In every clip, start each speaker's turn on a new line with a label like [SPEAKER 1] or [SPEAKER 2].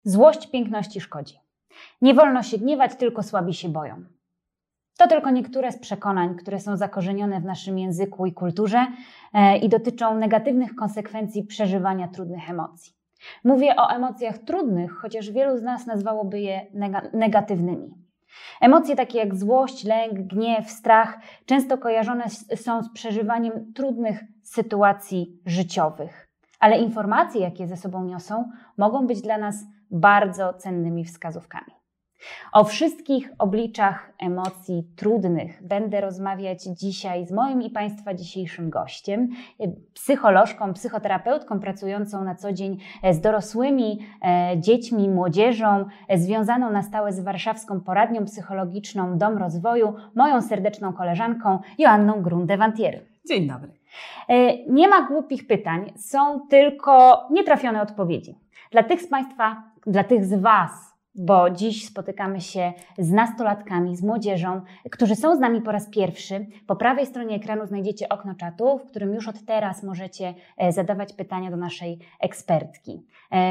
[SPEAKER 1] Złość piękności szkodzi. Nie wolno się gniewać, tylko słabi się boją. To tylko niektóre z przekonań, które są zakorzenione w naszym języku i kulturze i dotyczą negatywnych konsekwencji przeżywania trudnych emocji. Mówię o emocjach trudnych, chociaż wielu z nas nazwałoby je negatywnymi. Emocje takie jak złość, lęk, gniew, strach często kojarzone są z przeżywaniem trudnych sytuacji życiowych. Ale informacje, jakie ze sobą niosą, mogą być dla nas bardzo cennymi wskazówkami. O wszystkich obliczach emocji trudnych będę rozmawiać dzisiaj z moim i Państwa dzisiejszym gościem, psycholożką, psychoterapeutką pracującą na co dzień z dorosłymi, dziećmi, młodzieżą, związaną na stałe z warszawską poradnią psychologiczną Dom Rozwoju, moją serdeczną koleżanką Joanną Grun-Dewantier.
[SPEAKER 2] Dzień dobry.
[SPEAKER 1] Nie ma głupich pytań, są tylko nietrafione odpowiedzi. Dla tych z Państwa, dla tych z Was, bo dziś spotykamy się z nastolatkami, z młodzieżą, którzy są z nami po raz pierwszy. Po prawej stronie ekranu znajdziecie okno czatu, w którym już od teraz możecie zadawać pytania do naszej ekspertki.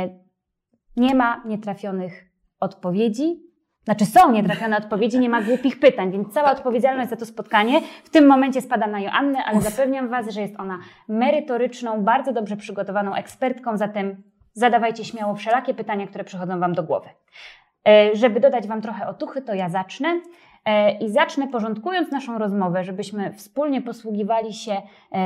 [SPEAKER 1] Nie ma nietrafionych odpowiedzi. Znaczy są nietrafione odpowiedzi, nie ma głupich pytań, więc cała odpowiedzialność za to spotkanie w tym momencie spada na Joannę, ale zapewniam Was, że jest ona merytoryczną, bardzo dobrze przygotowaną ekspertką, zatem zadawajcie śmiało wszelakie pytania, które przychodzą Wam do głowy. Żeby dodać Wam trochę otuchy, to ja zacznę i zacznę porządkując naszą rozmowę, żebyśmy wspólnie posługiwali się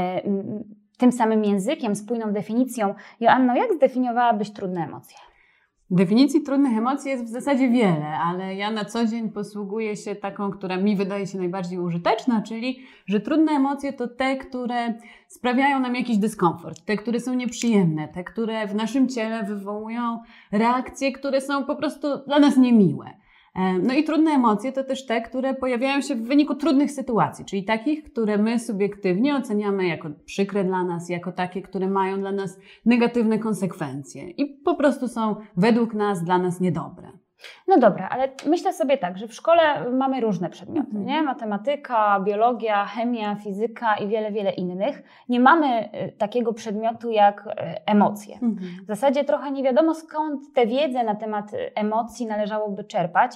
[SPEAKER 1] tym samym językiem, spójną definicją. Joanno, jak zdefiniowałabyś trudne emocje?
[SPEAKER 2] Definicji trudnych emocji jest w zasadzie wiele, ale ja na co dzień posługuję się taką, która mi wydaje się najbardziej użyteczna, czyli że trudne emocje to te, które sprawiają nam jakiś dyskomfort, te, które są nieprzyjemne, te, które w naszym ciele wywołują reakcje, które są po prostu dla nas niemiłe. No i trudne emocje to też te, które pojawiają się w wyniku trudnych sytuacji, czyli takich, które my subiektywnie oceniamy jako przykre dla nas, jako takie, które mają dla nas negatywne konsekwencje i po prostu są według nas, dla nas niedobre.
[SPEAKER 1] No dobra, ale myślę sobie tak, że w szkole mamy różne przedmioty, nie? Matematyka, biologia, chemia, fizyka i wiele, wiele innych. Nie mamy takiego przedmiotu jak emocje. W zasadzie trochę nie wiadomo, skąd tę wiedzę na temat emocji należałoby czerpać.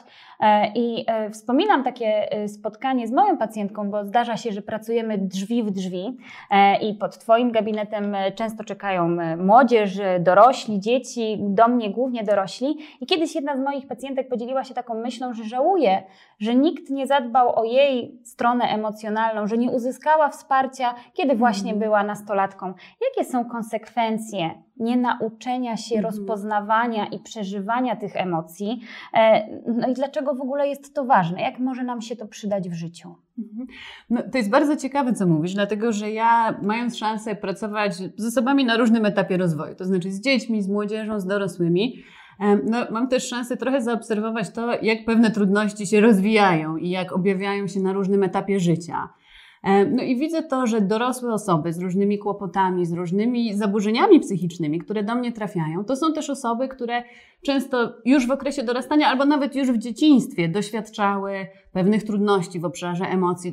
[SPEAKER 1] I wspominam takie spotkanie z moją pacjentką, bo zdarza się, że pracujemy drzwi w drzwi i pod Twoim gabinetem często czekają młodzież, dorośli, dzieci, do mnie głównie dorośli. I kiedyś jedna z moich pacjentek podzieliła się taką myślą, że żałuje, że nikt nie zadbał o jej stronę emocjonalną, że nie uzyskała wsparcia, kiedy właśnie była nastolatką. Jakie są konsekwencje nienauczenia się rozpoznawania i przeżywania tych emocji? No i dlaczego w ogóle jest to ważne? Jak może nam się to przydać w życiu?
[SPEAKER 2] No, to jest bardzo ciekawe, co mówisz, dlatego że ja, mając szansę pracować z osobami na różnym etapie rozwoju, to znaczy z dziećmi, z młodzieżą, z dorosłymi, no, mam też szansę trochę zaobserwować to, jak pewne trudności się rozwijają i jak objawiają się na różnym etapie życia. No i widzę to, że dorosłe osoby z różnymi kłopotami, z różnymi zaburzeniami psychicznymi, które do mnie trafiają, to są też osoby, które często już w okresie dorastania albo nawet już w dzieciństwie doświadczały pewnych trudności w obszarze emocji,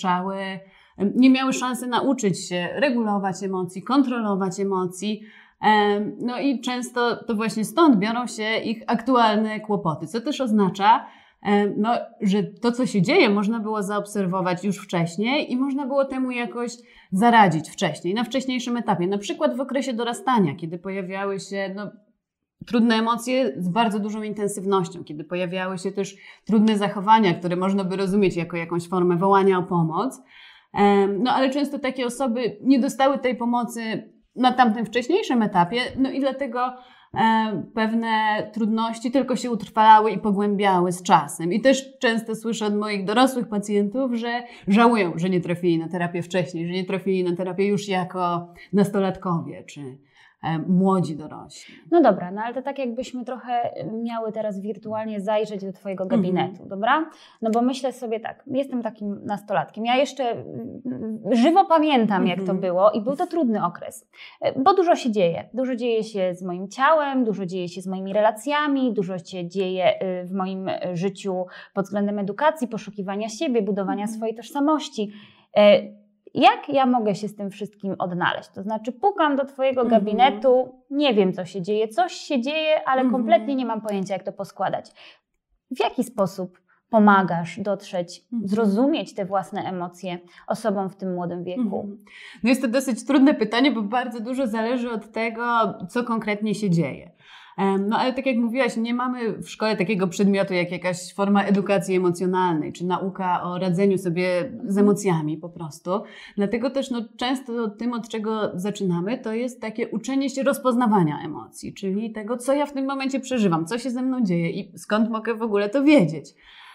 [SPEAKER 2] nie miały szansy nauczyć się regulować emocji, kontrolować emocji. No i często to właśnie stąd biorą się ich aktualne kłopoty, co też oznacza, no, że to, co się dzieje, można było zaobserwować już wcześniej i można było temu jakoś zaradzić wcześniej, na wcześniejszym etapie. Na przykład w okresie dorastania, kiedy pojawiały się trudne emocje z bardzo dużą intensywnością, kiedy pojawiały się też trudne zachowania, które można by rozumieć jako jakąś formę wołania o pomoc. No ale często takie osoby nie dostały tej pomocy na tamtym wcześniejszym etapie, no i dlatego pewne trudności tylko się utrwalały i pogłębiały z czasem. I też często słyszę od moich dorosłych pacjentów, że żałują, że nie trafili na terapię wcześniej, że nie trafili na terapię już jako nastolatkowie czy młodzi dorośli.
[SPEAKER 1] No dobra, no ale to tak jakbyśmy trochę miały teraz wirtualnie zajrzeć do Twojego gabinetu, dobra? No bo myślę sobie tak, jestem takim nastolatkiem, ja jeszcze żywo pamiętam, jak to było i był to trudny okres, bo dużo się dzieje. Dużo dzieje się z moim ciałem, dużo dzieje się z moimi relacjami, dużo się dzieje w moim życiu pod względem edukacji, poszukiwania siebie, budowania swojej tożsamości. Jak ja mogę się z tym wszystkim odnaleźć? To znaczy pukam do Twojego gabinetu, nie wiem co się dzieje, coś się dzieje, ale kompletnie nie mam pojęcia jak to poskładać. W jaki sposób pomagasz dotrzeć, zrozumieć te własne emocje osobom w tym młodym wieku?
[SPEAKER 2] No jest to dosyć trudne pytanie, bo bardzo dużo zależy od tego, co konkretnie się dzieje. No ale tak jak mówiłaś, nie mamy w szkole takiego przedmiotu jak jakaś forma edukacji emocjonalnej, czy nauka o radzeniu sobie z emocjami po prostu. Dlatego też często tym, od czego zaczynamy, to jest takie uczenie się rozpoznawania emocji, czyli tego, co ja w tym momencie przeżywam, co się ze mną dzieje i skąd mogę w ogóle to wiedzieć.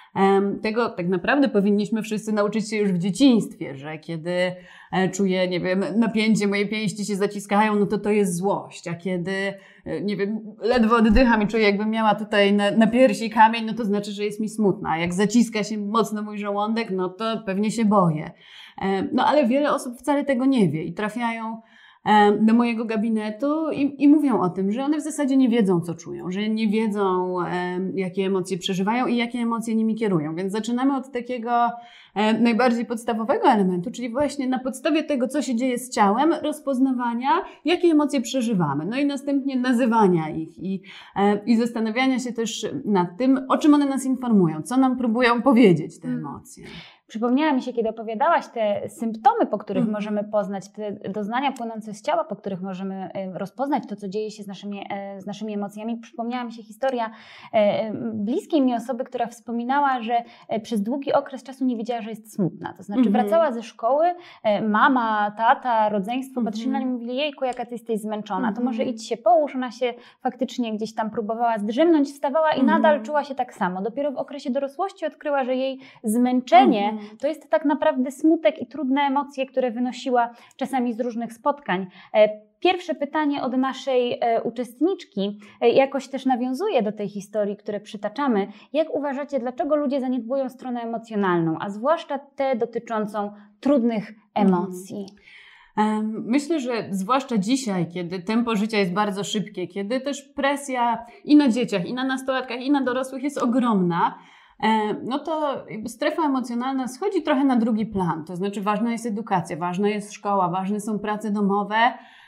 [SPEAKER 2] Tego tak naprawdę powinniśmy wszyscy nauczyć się już w dzieciństwie, że kiedy czuję, nie wiem, napięcie, moje pięści się zaciskają, no to jest złość, a kiedy, nie wiem, ledwo oddycham i czuję, jakbym miała tutaj na piersi kamień, no to znaczy, że jest mi smutna. A jak zaciska się mocno mój żołądek, no to pewnie się boję. No ale wiele osób wcale tego nie wie i trafiają do mojego gabinetu i mówią o tym, że one w zasadzie nie wiedzą, co czują, że nie wiedzą, jakie emocje przeżywają i jakie emocje nimi kierują. Więc zaczynamy od takiego najbardziej podstawowego elementu, czyli właśnie na podstawie tego, co się dzieje z ciałem, rozpoznawania, jakie emocje przeżywamy. No i następnie nazywania ich i zastanawiania się też nad tym, o czym one nas informują, co nam próbują powiedzieć te emocje.
[SPEAKER 1] Przypomniała mi się, kiedy opowiadałaś te symptomy, po których możemy poznać, te doznania płynące z ciała, po których możemy rozpoznać to, co dzieje się z naszymi emocjami. Przypomniała mi się historia bliskiej mi osoby, która wspominała, że przez długi okres czasu nie wiedziała, że jest smutna. To znaczy wracała ze szkoły, mama, tata, rodzeństwo patrzyli na nią i mówili: jejku, jaka ty jesteś zmęczona, to może idź się połóż. Ona się faktycznie gdzieś tam próbowała zdrzemnąć, wstawała i nadal czuła się tak samo. Dopiero w okresie dorosłości odkryła, że jej zmęczenie to jest tak naprawdę smutek i trudne emocje, które wynosiła czasami z różnych spotkań. Pierwsze pytanie od naszej uczestniczki jakoś też nawiązuje do tej historii, które przytaczamy. Jak uważacie, dlaczego ludzie zaniedbują stronę emocjonalną, a zwłaszcza tę dotyczącą trudnych emocji?
[SPEAKER 2] Myślę, że zwłaszcza dzisiaj, kiedy tempo życia jest bardzo szybkie, kiedy też presja i na dzieciach, i na nastolatkach, i na dorosłych jest ogromna, no to strefa emocjonalna schodzi trochę na drugi plan. To znaczy ważna jest edukacja, ważna jest szkoła, ważne są prace domowe,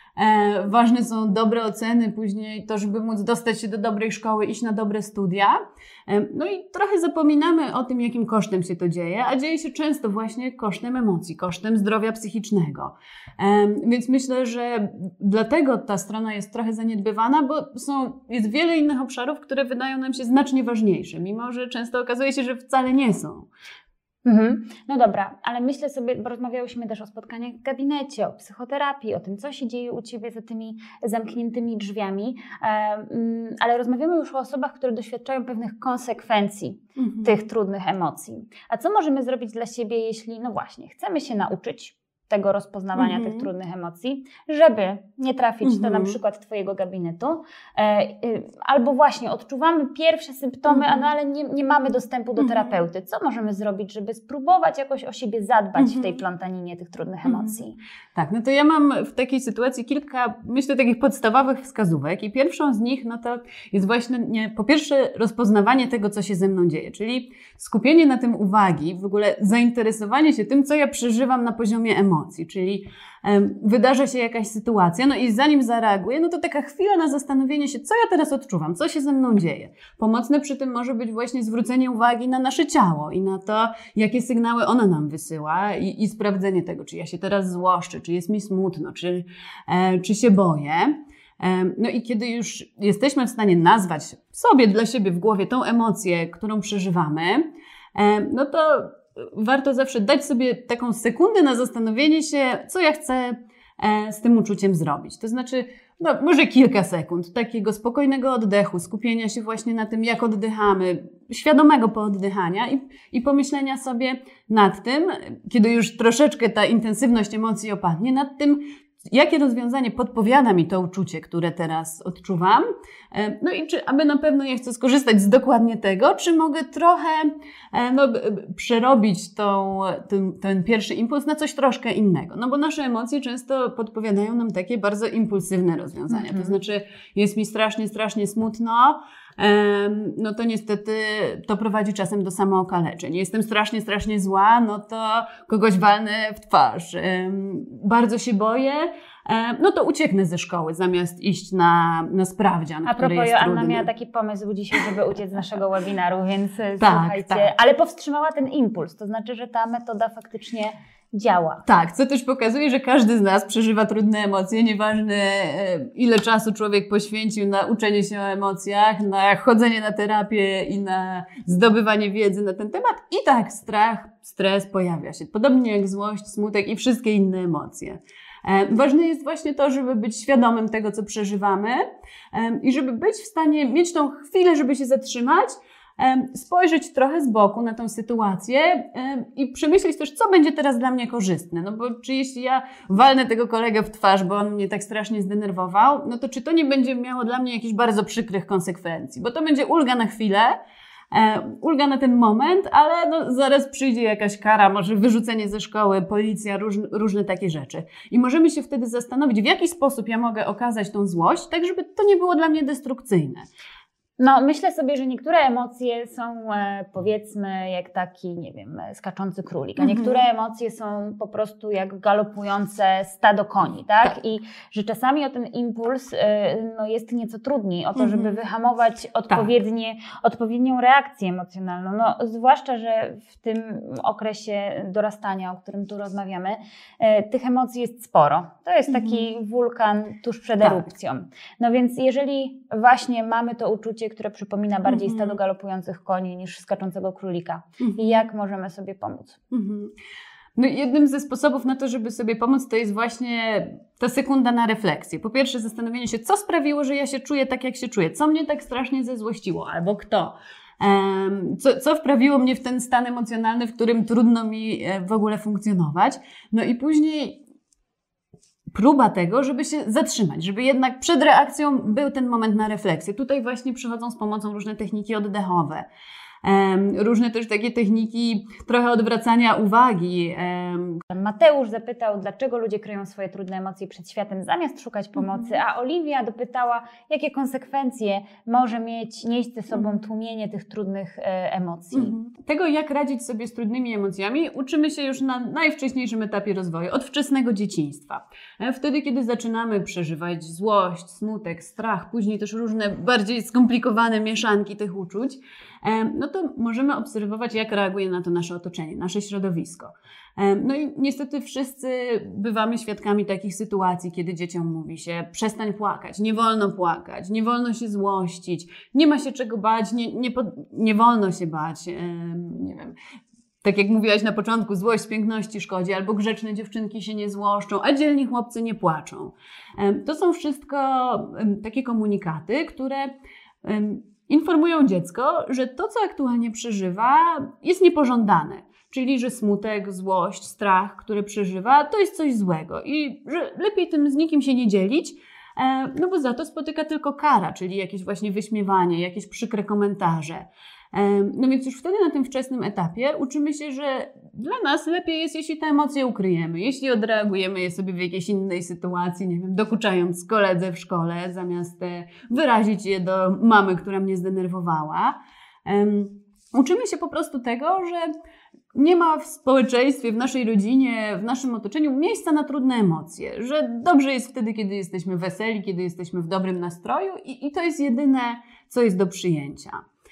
[SPEAKER 2] ważne są dobre oceny, później to, żeby móc dostać się do dobrej szkoły, iść na dobre studia. No i trochę zapominamy o tym, jakim kosztem się to dzieje, a dzieje się często właśnie kosztem emocji, kosztem zdrowia psychicznego. Więc myślę, że dlatego ta strona jest trochę zaniedbywana, bo jest wiele innych obszarów, które wydają nam się znacznie ważniejsze, mimo że często okazuje się, że wcale nie są.
[SPEAKER 1] No dobra, ale myślę sobie, bo rozmawiałyśmy też o spotkaniach w gabinecie, o psychoterapii, o tym, co się dzieje u Ciebie za tymi zamkniętymi drzwiami, ale rozmawiamy już o osobach, które doświadczają pewnych konsekwencji tych trudnych emocji. A co możemy zrobić dla siebie, jeśli, no właśnie, chcemy się nauczyć tego rozpoznawania tych trudnych emocji, żeby nie trafić do na przykład Twojego gabinetu, albo właśnie odczuwamy pierwsze symptomy, ale nie mamy dostępu do terapeuty. Co możemy zrobić, żeby spróbować jakoś o siebie zadbać w tej plątaninie tych trudnych emocji?
[SPEAKER 2] Tak, no to ja mam w takiej sytuacji kilka, myślę, takich podstawowych wskazówek i pierwszą z nich, no to jest właśnie po pierwsze rozpoznawanie tego, co się ze mną dzieje, czyli skupienie na tym uwagi, w ogóle zainteresowanie się tym, co ja przeżywam na poziomie emocji. Czyli wydarza się jakaś sytuacja, no i zanim zareaguję, no to taka chwila na zastanowienie się, co ja teraz odczuwam, co się ze mną dzieje. Pomocne przy tym może być właśnie zwrócenie uwagi na nasze ciało i na to, jakie sygnały ono nam wysyła i sprawdzenie tego, czy ja się teraz złoszczę, czy jest mi smutno, czy się boję. No i kiedy już jesteśmy w stanie nazwać sobie, dla siebie w głowie tą emocję, którą przeżywamy, no to warto zawsze dać sobie taką sekundę na zastanowienie się, co ja chcę z tym uczuciem zrobić. To znaczy, no, może kilka sekund takiego spokojnego oddechu, skupienia się właśnie na tym, jak oddychamy, świadomego pooddychania i pomyślenia sobie nad tym, kiedy już troszeczkę ta intensywność emocji opadnie, nad tym, jakie rozwiązanie podpowiada mi to uczucie, które teraz odczuwam. No i aby na pewno ja chcę skorzystać z dokładnie tego, czy mogę trochę przerobić ten pierwszy impuls na coś troszkę innego. No bo nasze emocje często podpowiadają nam takie bardzo impulsywne rozwiązania. To znaczy jest mi strasznie, strasznie smutno, no to niestety to prowadzi czasem do samookaleczeń. Jestem strasznie, strasznie zła, no to kogoś walnę w twarz. Bardzo się boję, no to ucieknę ze szkoły zamiast iść na sprawdzian, który jest trudny.
[SPEAKER 1] Anna miała taki pomysł dzisiaj, żeby uciec z naszego webinaru, więc słuchajcie, ale powstrzymała ten impuls, to znaczy, że ta metoda faktycznie działa.
[SPEAKER 2] Tak, co też pokazuje, że każdy z nas przeżywa trudne emocje, nieważne ile czasu człowiek poświęcił na uczenie się o emocjach, na chodzenie na terapię i na zdobywanie wiedzy na ten temat. I tak strach, stres pojawia się. Podobnie jak złość, smutek i wszystkie inne emocje. Ważne jest właśnie to, żeby być świadomym tego, co przeżywamy i żeby być w stanie mieć tą chwilę, żeby się zatrzymać, spojrzeć trochę z boku na tą sytuację i przemyśleć też, co będzie teraz dla mnie korzystne. No bo czy jeśli ja walnę tego kolegę w twarz, bo on mnie tak strasznie zdenerwował, no to czy to nie będzie miało dla mnie jakichś bardzo przykrych konsekwencji? Bo to będzie ulga na chwilę, ulga na ten moment, ale no zaraz przyjdzie jakaś kara, może wyrzucenie ze szkoły, policja, różne takie rzeczy. I możemy się wtedy zastanowić, w jaki sposób ja mogę okazać tą złość, tak żeby to nie było dla mnie destrukcyjne.
[SPEAKER 1] No, myślę sobie, że niektóre emocje są, powiedzmy, jak taki, nie wiem, skaczący królik, a niektóre emocje są po prostu jak galopujące stado koni, tak? I że czasami o ten impuls no, jest nieco trudniej, o to, żeby wyhamować odpowiednią reakcję emocjonalną. No, zwłaszcza, że w tym okresie dorastania, o którym tu rozmawiamy, tych emocji jest sporo. To jest taki wulkan tuż przed erupcją. No więc jeżeli właśnie mamy to uczucie, które przypomina bardziej stado galopujących koni niż skaczącego królika. I jak możemy sobie pomóc?
[SPEAKER 2] No jednym ze sposobów na to, żeby sobie pomóc, to jest właśnie ta sekunda na refleksję. Po pierwsze zastanowienie się, co sprawiło, że ja się czuję tak, jak się czuję. Co mnie tak strasznie zezłościło, albo kto. Co wprawiło mnie w ten stan emocjonalny, w którym trudno mi w ogóle funkcjonować. No i później próba tego, żeby się zatrzymać, żeby jednak przed reakcją był ten moment na refleksję. Tutaj właśnie przychodzą z pomocą różne techniki oddechowe, różne też takie techniki trochę odwracania uwagi.
[SPEAKER 1] Mateusz zapytał, dlaczego ludzie kryją swoje trudne emocje przed światem zamiast szukać pomocy, a Oliwia dopytała, jakie konsekwencje może nieść ze sobą tłumienie tych trudnych emocji.
[SPEAKER 2] Tego, jak radzić sobie z trudnymi emocjami, uczymy się już na najwcześniejszym etapie rozwoju, od wczesnego dzieciństwa. Wtedy, kiedy zaczynamy przeżywać złość, smutek, strach, później też różne bardziej skomplikowane mieszanki tych uczuć, no to możemy obserwować, jak reaguje na to nasze otoczenie, nasze środowisko. No i niestety wszyscy bywamy świadkami takich sytuacji, kiedy dzieciom mówi się: przestań płakać, nie wolno się złościć, nie ma się czego bać, nie wolno się bać, nie wiem. Tak jak mówiłaś na początku, złość z piękności szkodzi, albo grzeczne dziewczynki się nie złoszczą, a dzielni chłopcy nie płaczą. To są wszystko takie komunikaty, które informują dziecko, że to, co aktualnie przeżywa, jest niepożądane. Czyli, że smutek, złość, strach, który przeżywa, to jest coś złego i że lepiej tym z nikim się nie dzielić, no bo za to spotyka tylko kara, czyli jakieś właśnie wyśmiewanie, jakieś przykre komentarze. No więc już wtedy na tym wczesnym etapie uczymy się, że dla nas lepiej jest, jeśli te emocje ukryjemy, jeśli odreagujemy je sobie w jakiejś innej sytuacji, nie wiem, dokuczając koledze w szkole, zamiast wyrazić je do mamy, która mnie zdenerwowała. Uczymy się po prostu tego, że nie ma w społeczeństwie, w naszej rodzinie, w naszym otoczeniu miejsca na trudne emocje, że dobrze jest wtedy, kiedy jesteśmy weseli, kiedy jesteśmy w dobrym nastroju i to jest jedyne, co jest do przyjęcia.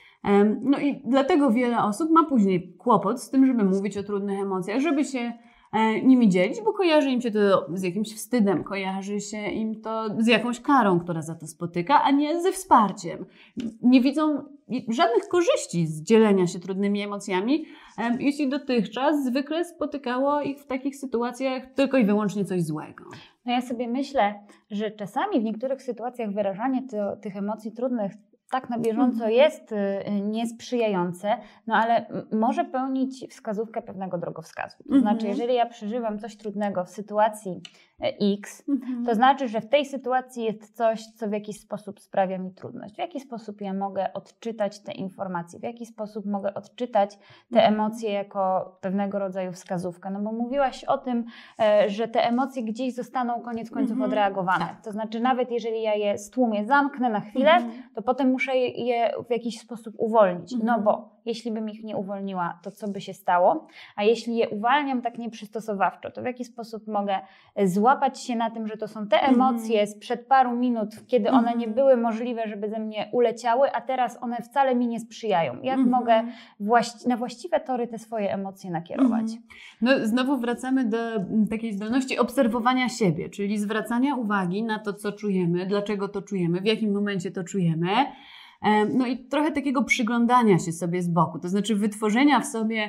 [SPEAKER 2] No i dlatego wiele osób ma później kłopot z tym, żeby mówić o trudnych emocjach, żeby się nimi dzielić, bo kojarzy im się to z jakimś wstydem, kojarzy się im to z jakąś karą, która za to spotyka, a nie ze wsparciem. Nie widzą żadnych korzyści z dzielenia się trudnymi emocjami, jeśli dotychczas zwykle spotykało ich w takich sytuacjach tylko i wyłącznie coś złego.
[SPEAKER 1] No ja sobie myślę, że czasami w niektórych sytuacjach wyrażanie tych emocji trudnych tak na bieżąco jest niesprzyjające, no ale może pełnić wskazówkę pewnego drogowskazu. To znaczy, jeżeli ja przeżywam coś trudnego w sytuacji X, to znaczy, że w tej sytuacji jest coś, co w jakiś sposób sprawia mi trudność. W jaki sposób ja mogę odczytać te informacje, w jaki sposób mogę odczytać te emocje jako pewnego rodzaju wskazówkę. No bo mówiłaś o tym, że te emocje gdzieś zostaną koniec końców odreagowane. To znaczy nawet jeżeli ja je stłumię, zamknę na chwilę, to potem muszę je w jakiś sposób uwolnić. No bo jeśli bym ich nie uwolniła, to co by się stało? A jeśli je uwalniam tak nieprzystosowawczo, to w jaki sposób mogę złapać się na tym, że to są te emocje sprzed paru minut, kiedy one nie były możliwe, żeby ze mnie uleciały, a teraz one wcale mi nie sprzyjają. Jak mogę na właściwe tory te swoje emocje nakierować?
[SPEAKER 2] No, znowu wracamy do takiej zdolności obserwowania siebie, czyli zwracania uwagi na to, co czujemy, dlaczego to czujemy, w jakim momencie to czujemy. No i trochę takiego przyglądania się sobie z boku, to znaczy wytworzenia w sobie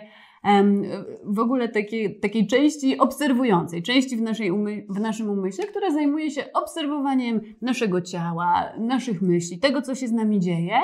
[SPEAKER 2] w ogóle takiej części obserwującej, części w naszym umyśle, która zajmuje się obserwowaniem naszego ciała, naszych myśli, tego, co się z nami dzieje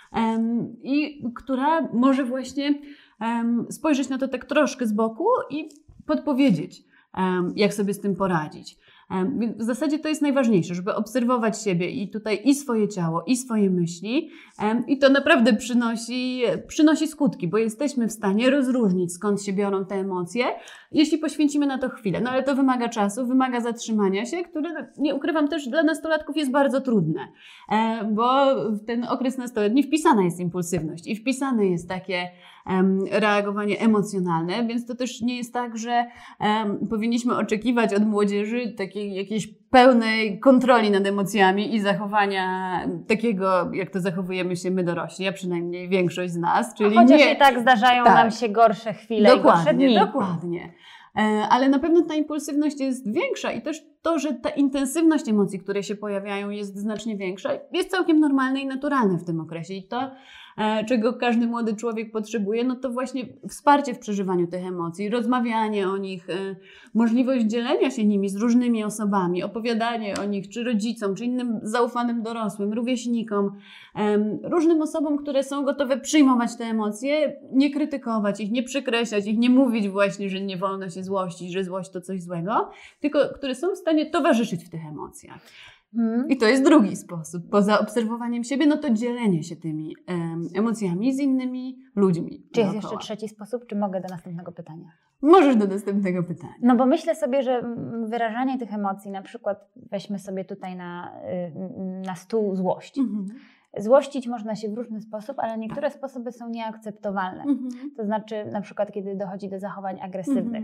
[SPEAKER 2] i która może właśnie spojrzeć na to tak troszkę z boku i podpowiedzieć, jak sobie z tym poradzić. W zasadzie to jest najważniejsze, żeby obserwować siebie i tutaj i swoje ciało, i swoje myśli i to naprawdę przynosi skutki, bo jesteśmy w stanie rozróżnić, skąd się biorą te emocje, jeśli poświęcimy na to chwilę. No ale to wymaga czasu, wymaga zatrzymania się, które, nie ukrywam, też dla nastolatków jest bardzo trudne, bo w ten okres nastoletni wpisana jest impulsywność i wpisane jest takie reagowanie emocjonalne, więc to też nie jest tak, że powinniśmy oczekiwać od młodzieży takiej jakiejś pełnej kontroli nad emocjami i zachowania takiego, jak to zachowujemy się my dorośli, a przynajmniej większość z nas. Czyli
[SPEAKER 1] chociaż i tak zdarzają nam się gorsze chwile i gorsze dni.
[SPEAKER 2] Dokładnie. Ale na pewno ta impulsywność jest większa i też to, że ta intensywność emocji, które się pojawiają, jest znacznie większa, jest całkiem normalne i naturalne w tym okresie. I to, czego każdy młody człowiek potrzebuje, no to właśnie wsparcie w przeżywaniu tych emocji, rozmawianie o nich, możliwość dzielenia się nimi z różnymi osobami, opowiadanie o nich czy rodzicom, czy innym zaufanym dorosłym, rówieśnikom, różnym osobom, które są gotowe przyjmować te emocje, nie krytykować ich, nie przekreślać ich, nie mówić właśnie, że nie wolno się złościć, że złość to coś złego, tylko które są w stanie towarzyszyć w tych emocjach. I to jest drugi sposób. Poza obserwowaniem siebie, no to dzielenie się tymi emocjami z innymi ludźmi.
[SPEAKER 1] Czy jest jeszcze trzeci sposób, czy mogę do następnego pytania?
[SPEAKER 2] Możesz do następnego pytania.
[SPEAKER 1] No bo myślę sobie, że wyrażanie tych emocji, na przykład weźmy sobie tutaj na stół złość. Złościć można się w różny sposób, ale niektóre sposoby są nieakceptowalne. To znaczy na przykład, kiedy dochodzi do zachowań agresywnych.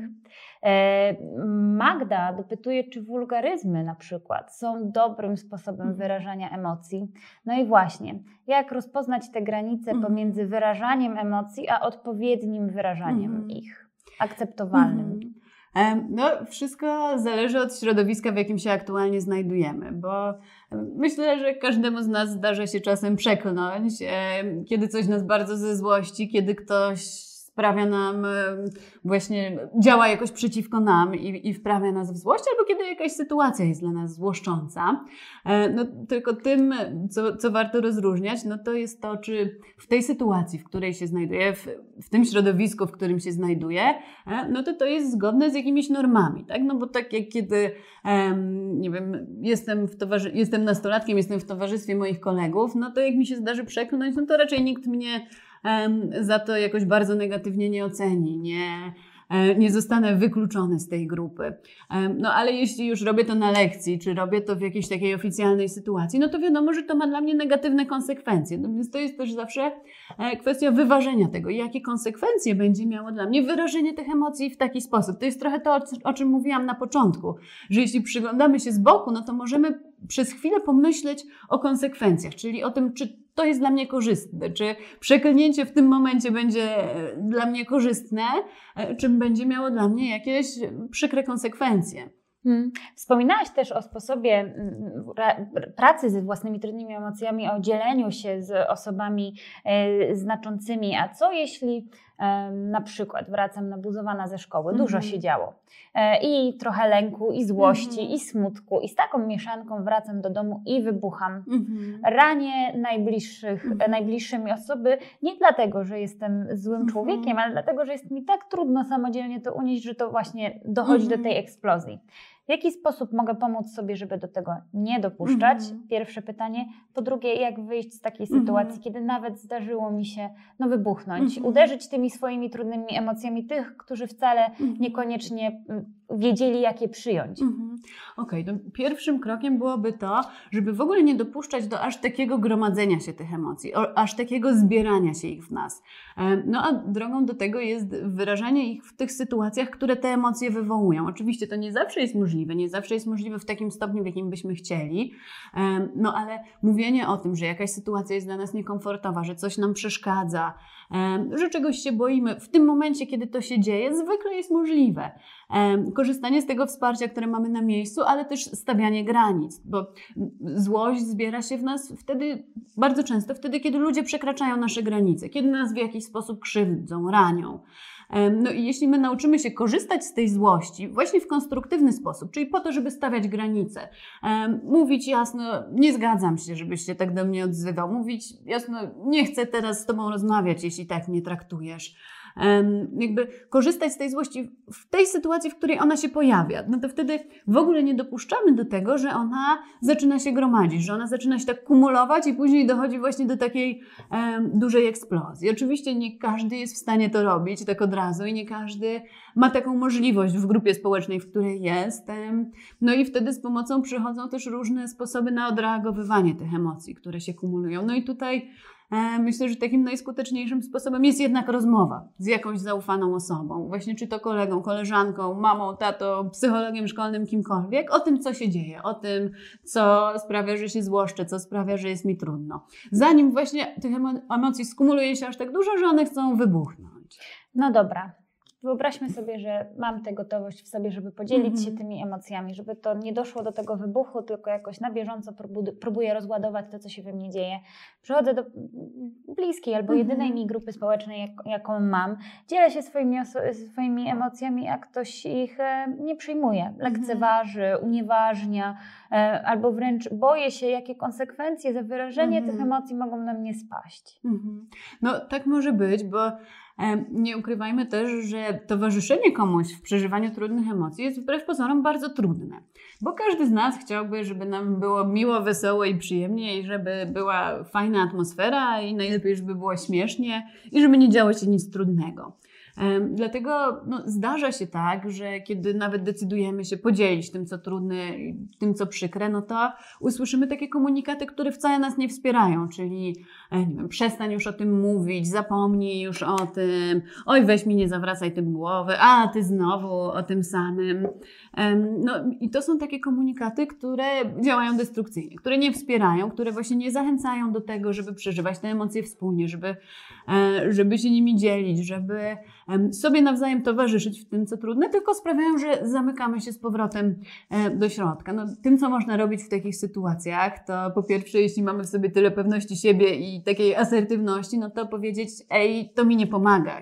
[SPEAKER 1] Magda dopytuje, czy wulgaryzmy na przykład są dobrym sposobem wyrażania emocji. No i właśnie, jak rozpoznać te granice pomiędzy wyrażaniem emocji, a odpowiednim wyrażaniem ich, akceptowalnym?
[SPEAKER 2] No, wszystko zależy od środowiska, w jakim się aktualnie znajdujemy, bo myślę, że każdemu z nas zdarza się czasem przeklnąć, kiedy coś nas bardzo zezłości, kiedy ktoś sprawia nam, właśnie działa jakoś przeciwko nam i wprawia nas w złość, albo kiedy jakaś sytuacja jest dla nas złoszcząca. No, tylko tym, co warto rozróżniać, no to jest to, czy w tej sytuacji, w której się znajduję, w tym środowisku, w którym się znajduję, no to jest zgodne z jakimiś normami, tak? No bo tak jak kiedy, nie wiem, jestem nastolatkiem, jestem w towarzystwie moich kolegów, no to jak mi się zdarzy przeklnąć, no to raczej nikt mnie za to jakoś bardzo negatywnie nie oceni, nie zostanę wykluczony z tej grupy. No ale jeśli już robię to na lekcji, czy robię to w jakiejś takiej oficjalnej sytuacji, no to wiadomo, że to ma dla mnie negatywne konsekwencje. No więc to jest też zawsze kwestia wyważenia tego, jakie konsekwencje będzie miało dla mnie wyrażenie tych emocji w taki sposób. To jest trochę to, o czym mówiłam na początku, że jeśli przyglądamy się z boku, no to możemy przez chwilę pomyśleć o konsekwencjach, czyli o tym, czy to jest dla mnie korzystne, czy przeklnięcie w tym momencie będzie dla mnie korzystne, czy będzie miało dla mnie jakieś przykre konsekwencje.
[SPEAKER 1] Wspominałaś też o sposobie pracy ze własnymi trudnymi emocjami, o dzieleniu się z osobami znaczącymi. A co jeśli na przykład wracam nabuzowana ze szkoły, dużo się działo i trochę lęku, i złości, i smutku, i z taką mieszanką wracam do domu i wybucham. Ranię najbliższe mi osoby nie dlatego, że jestem złym człowiekiem, ale dlatego, że jest mi tak trudno samodzielnie to unieść, że to właśnie dochodzi do tej eksplozji. W jaki sposób mogę pomóc sobie, żeby do tego nie dopuszczać? Pierwsze pytanie. Po drugie, jak wyjść z takiej sytuacji, kiedy nawet zdarzyło mi się wybuchnąć, uderzyć tymi swoimi trudnymi emocjami tych, którzy wcale niekoniecznie wiedzieli, jak je przyjąć.
[SPEAKER 2] Okej, to pierwszym krokiem byłoby to, żeby w ogóle nie dopuszczać do aż takiego gromadzenia się tych emocji, aż takiego zbierania się ich w nas. No a drogą do tego jest wyrażanie ich w tych sytuacjach, które te emocje wywołują. Oczywiście to nie zawsze jest możliwe, nie zawsze jest możliwe w takim stopniu, w jakim byśmy chcieli, no ale mówienie o tym, że jakaś sytuacja jest dla nas niekomfortowa, że coś nam przeszkadza, że czegoś się boimy, w tym momencie, kiedy to się dzieje, zwykle jest możliwe. Korzystanie z tego wsparcia, które mamy na miejscu, ale też stawianie granic, bo złość zbiera się w nas bardzo często wtedy, kiedy ludzie przekraczają nasze granice, kiedy nas w jakiś sposób krzywdzą, ranią. No i jeśli my nauczymy się korzystać z tej złości właśnie w konstruktywny sposób, czyli po to, żeby stawiać granice, mówić jasno, nie zgadzam się, żebyś się tak do mnie odzywał, mówić jasno, nie chcę teraz z tobą rozmawiać, jeśli tak mnie traktujesz. Jakby korzystać z tej złości w tej sytuacji, w której ona się pojawia, no to wtedy w ogóle nie dopuszczamy do tego, że ona zaczyna się gromadzić, że ona zaczyna się tak kumulować i później dochodzi właśnie do takiej dużej eksplozji. Oczywiście nie każdy jest w stanie to robić tak od razu i nie każdy ma taką możliwość w grupie społecznej, w której jest. No i wtedy z pomocą przychodzą też różne sposoby na odreagowywanie tych emocji, które się kumulują. No i tutaj myślę, że takim najskuteczniejszym sposobem jest jednak rozmowa z jakąś zaufaną osobą. Właśnie czy to kolegą, koleżanką, mamą, tatą, psychologiem szkolnym, kimkolwiek, o tym, co się dzieje, o tym, co sprawia, że się złoszczę, co sprawia, że jest mi trudno. Zanim właśnie tych emocji skumuluje się aż tak dużo, że one chcą wybuchnąć.
[SPEAKER 1] No dobra. Wyobraźmy sobie, że mam tę gotowość w sobie, żeby podzielić się tymi emocjami, żeby to nie doszło do tego wybuchu, tylko jakoś na bieżąco próbuję rozładować to, co się we mnie dzieje. Przychodzę do bliskiej albo jedynej mi grupy społecznej, jaką mam, dzielę się swoimi emocjami, a ktoś ich nie przyjmuje, lekceważy, unieważnia, albo wręcz boję się, jakie konsekwencje za wyrażenie tych emocji mogą na mnie spaść.
[SPEAKER 2] No tak może być, bo nie ukrywajmy też, że towarzyszenie komuś w przeżywaniu trudnych emocji jest wbrew pozorom bardzo trudne. Bo każdy z nas chciałby, żeby nam było miło, wesoło i przyjemnie i żeby była fajna atmosfera i najlepiej, żeby było śmiesznie i żeby nie działo się nic trudnego. Dlatego zdarza się tak, że kiedy nawet decydujemy się podzielić tym, co trudne, tym, co przykre, no to usłyszymy takie komunikaty, które wcale nas nie wspierają, czyli nie wiem, przestań już o tym mówić, zapomnij już o tym, oj weź mi nie zawracaj tym głowy, a ty znowu o tym samym. No i to są takie komunikaty, które działają destrukcyjnie, które nie wspierają, które właśnie nie zachęcają do tego, żeby przeżywać te emocje wspólnie, żeby się nimi dzielić, żeby sobie nawzajem towarzyszyć w tym, co trudne, tylko sprawiają, że zamykamy się z powrotem do środka. No, tym, co można robić w takich sytuacjach, to po pierwsze, jeśli mamy w sobie tyle pewności siebie i takiej asertywności, no to powiedzieć, ej, to mi nie pomaga,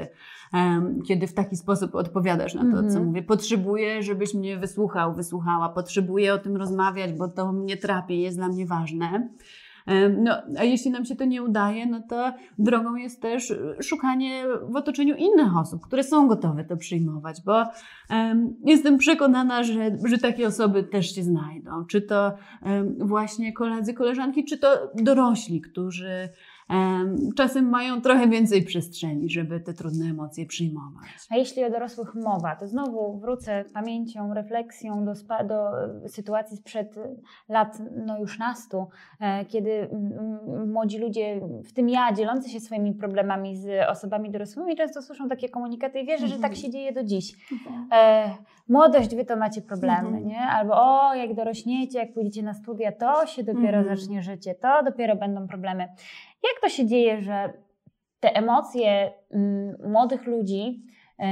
[SPEAKER 2] kiedy w taki sposób odpowiadasz na to, co mówię. Potrzebuję, żebyś mnie wysłuchała, potrzebuję o tym rozmawiać, bo to mnie trapi, jest dla mnie ważne. No, a jeśli nam się to nie udaje, no to drogą jest też szukanie w otoczeniu innych osób, które są gotowe to przyjmować, bo jestem przekonana, że takie osoby też się znajdą. Czy to właśnie koledzy, koleżanki, czy to dorośli, którzy czasem mają trochę więcej przestrzeni, żeby te trudne emocje przyjmować.
[SPEAKER 1] A jeśli o dorosłych mowa, to znowu wrócę pamięcią, refleksją do sytuacji sprzed lat już nastu, kiedy młodzi ludzie, w tym ja, dzielący się swoimi problemami z osobami dorosłymi, często słyszą takie komunikaty i wierzę, że tak się dzieje do dziś. Młodość, wy to macie problemy, nie? Albo jak dorośniecie, jak pójdziecie na studia, to się dopiero zacznie życie, to dopiero będą problemy. Jak to się dzieje, że te emocje młodych ludzi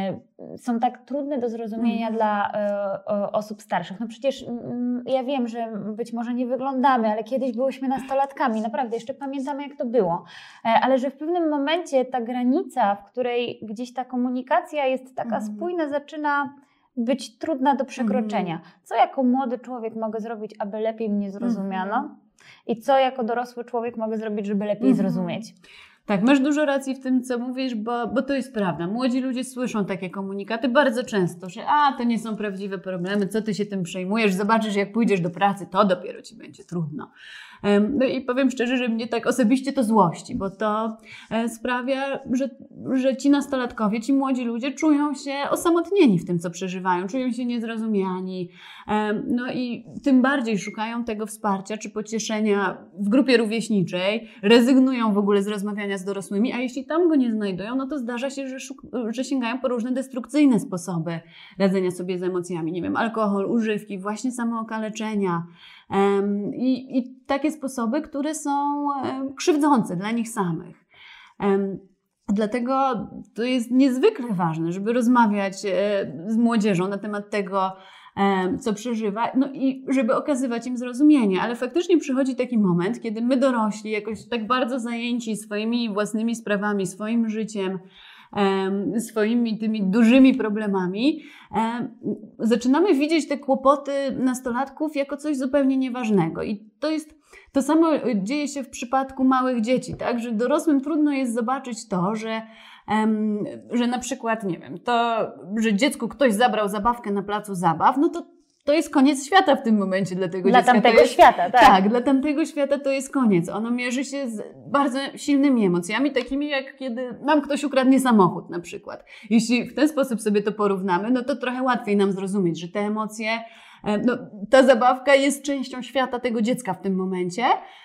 [SPEAKER 1] są tak trudne do zrozumienia dla osób starszych? No przecież ja wiem, że być może nie wyglądamy, ale kiedyś byłyśmy nastolatkami, naprawdę jeszcze pamiętamy, jak to było. Ale że w pewnym momencie ta granica, w której gdzieś ta komunikacja jest taka spójna, zaczyna być trudna do przekroczenia. Co jako młody człowiek mogę zrobić, aby lepiej mnie zrozumiano? I co jako dorosły człowiek mogę zrobić, żeby lepiej zrozumieć?
[SPEAKER 2] Tak, masz dużo racji w tym, co mówisz, bo to jest prawda. Młodzi ludzie słyszą takie komunikaty bardzo często, że to nie są prawdziwe problemy, co ty się tym przejmujesz, zobaczysz jak pójdziesz do pracy, to dopiero ci będzie trudno. No i powiem szczerze, że mnie tak osobiście to złości, bo to sprawia, że ci nastolatkowie, ci młodzi ludzie czują się osamotnieni w tym, co przeżywają, czują się niezrozumiani, no i tym bardziej szukają tego wsparcia czy pocieszenia w grupie rówieśniczej, rezygnują w ogóle z rozmawiania z dorosłymi, a jeśli tam go nie znajdują, no to zdarza się, że sięgają po różne destrukcyjne sposoby radzenia sobie z emocjami, nie wiem, alkohol, używki, właśnie samookaleczenia. I takie sposoby, które są krzywdzące dla nich samych. Dlatego to jest niezwykle ważne, żeby rozmawiać z młodzieżą na temat tego, co przeżywa, no i żeby okazywać im zrozumienie, ale faktycznie przychodzi taki moment, kiedy my dorośli, jakoś tak bardzo zajęci swoimi własnymi sprawami, swoim życiem, swoimi tymi dużymi problemami, zaczynamy widzieć te kłopoty nastolatków jako coś zupełnie nieważnego. I to samo dzieje się w przypadku małych dzieci, tak? Że dorosłym trudno jest zobaczyć to, że na przykład, nie wiem, że dziecku ktoś zabrał zabawkę na placu zabaw, no to jest koniec świata w tym momencie dla tego dziecka.
[SPEAKER 1] Dla tamtego świata, tak.
[SPEAKER 2] Tak, dla tamtego świata to jest koniec. Ono mierzy się z bardzo silnymi emocjami, takimi jak kiedy nam ktoś ukradnie samochód na przykład. Jeśli w ten sposób sobie to porównamy, no to trochę łatwiej nam zrozumieć, że te emocje, ta zabawka jest częścią świata tego dziecka w tym momencie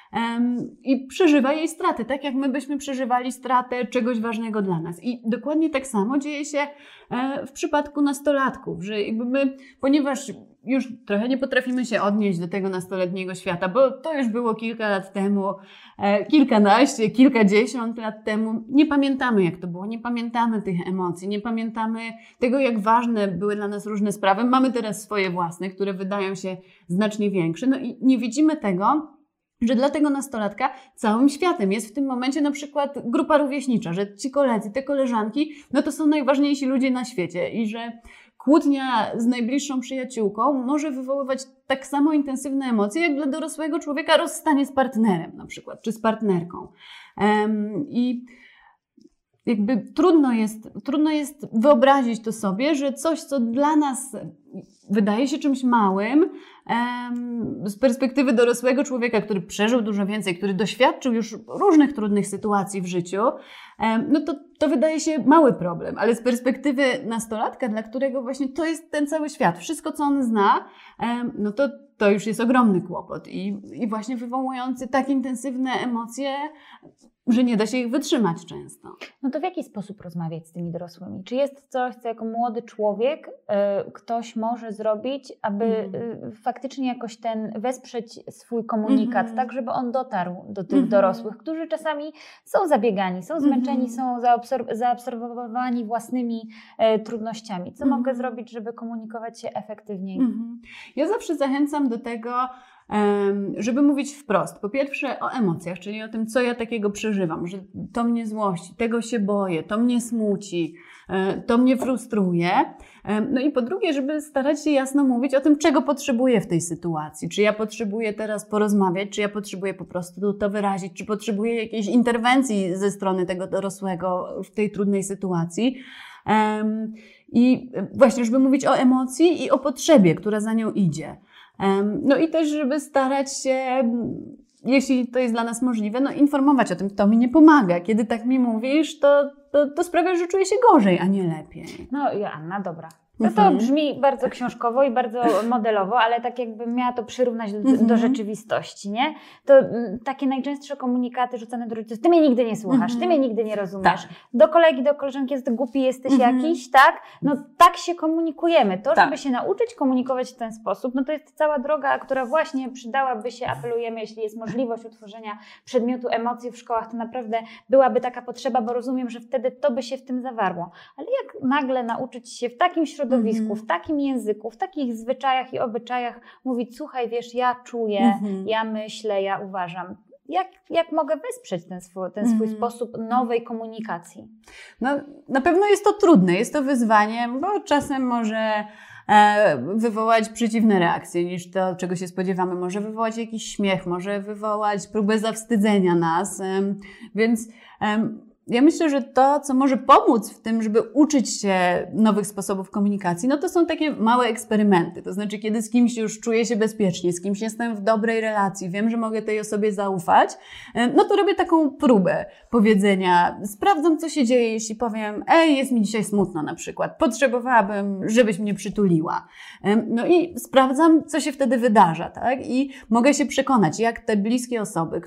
[SPEAKER 2] i przeżywa jej straty, tak jak my byśmy przeżywali stratę czegoś ważnego dla nas. I dokładnie tak samo dzieje się w przypadku nastolatków, że jakby my, ponieważ już trochę nie potrafimy się odnieść do tego nastoletniego świata, bo to już było kilka lat temu, kilkanaście, kilkadziesiąt lat temu. Nie pamiętamy, jak to było, nie pamiętamy tych emocji, nie pamiętamy tego, jak ważne były dla nas różne sprawy. Mamy teraz swoje własne, które wydają się znacznie większe. No i nie widzimy tego, że dla tego nastolatka całym światem jest w tym momencie na przykład grupa rówieśnicza, że ci koledzy, te koleżanki, no to są najważniejsi ludzie na świecie i że kłótnia z najbliższą przyjaciółką może wywoływać tak samo intensywne emocje, jak dla dorosłego człowieka rozstanie z partnerem na przykład, czy z partnerką. I jakby trudno jest wyobrazić to sobie, że coś, co dla nas wydaje się czymś małym, z perspektywy dorosłego człowieka, który przeżył dużo więcej, który doświadczył już różnych trudnych sytuacji w życiu, no to wydaje się mały problem, ale z perspektywy nastolatka, dla którego właśnie to jest ten cały świat, wszystko co on zna, no to już jest ogromny kłopot i właśnie wywołujący tak intensywne emocje, że nie da się ich wytrzymać często.
[SPEAKER 1] No to w jaki sposób rozmawiać z tymi dorosłymi? Czy jest coś, co jako młody człowiek ktoś może zrobić, aby faktycznie jakoś wesprzeć swój komunikat, tak żeby on dotarł do tych dorosłych, którzy czasami są zabiegani, są zmęczeni, są zaabsorbowani własnymi trudnościami. Co mogę zrobić, żeby komunikować się efektywniej?
[SPEAKER 2] Ja zawsze zachęcam do tego, żeby mówić wprost. Po pierwsze o emocjach, czyli o tym, co ja takiego przeżywam, że to mnie złości, tego się boję, to mnie smuci, to mnie frustruje. No i po drugie, żeby starać się jasno mówić o tym, czego potrzebuję w tej sytuacji. Czy ja potrzebuję teraz porozmawiać, czy ja potrzebuję po prostu to wyrazić, czy potrzebuję jakiejś interwencji ze strony tego dorosłego w tej trudnej sytuacji. I właśnie, żeby mówić o emocji i o potrzebie, która za nią idzie. No i też, żeby starać się, jeśli to jest dla nas możliwe, no informować o tym, to mi nie pomaga. Kiedy tak mi mówisz, to sprawia, że czuję się gorzej, a nie lepiej.
[SPEAKER 1] No Joanna, dobra. To brzmi bardzo książkowo i bardzo modelowo, ale tak jakbym miała to przyrównać do rzeczywistości, nie? To takie najczęstsze komunikaty rzucane do rodziców: ty mnie nigdy nie słuchasz, ty mnie nigdy nie rozumiesz. Tak. Do kolegi, do koleżanki: jest głupi jesteś jakiś, tak? No tak się komunikujemy. To, żeby się nauczyć komunikować w ten sposób, no to jest cała droga, która właśnie przydałaby się, apelujemy, jeśli jest możliwość utworzenia przedmiotu emocji w szkołach, to naprawdę byłaby taka potrzeba, bo rozumiem, że wtedy to by się w tym zawarło. Ale jak nagle nauczyć się w takim środowisku, w takim języku, w takich zwyczajach i obyczajach mówić: słuchaj, wiesz, ja czuję, ja myślę, ja uważam. Jak mogę wesprzeć ten swój sposób nowej komunikacji?
[SPEAKER 2] No, na pewno jest to trudne, jest to wyzwanie, bo czasem może wywołać przeciwne reakcje niż to, czego się spodziewamy. Może wywołać jakiś śmiech, może wywołać próbę zawstydzenia nas. Więc ja myślę, że to, co może pomóc w tym, żeby uczyć się nowych sposobów komunikacji, no to są takie małe eksperymenty. To znaczy, kiedy z kimś już czuję się bezpiecznie, z kimś jestem w dobrej relacji, wiem, że mogę tej osobie zaufać, no to robię taką próbę powiedzenia, sprawdzam, co się dzieje, jeśli powiem, jest mi dzisiaj smutno na przykład, potrzebowałabym, żebyś mnie przytuliła. No i sprawdzam, co się wtedy wydarza, tak? I mogę się przekonać, jak te bliskie osoby,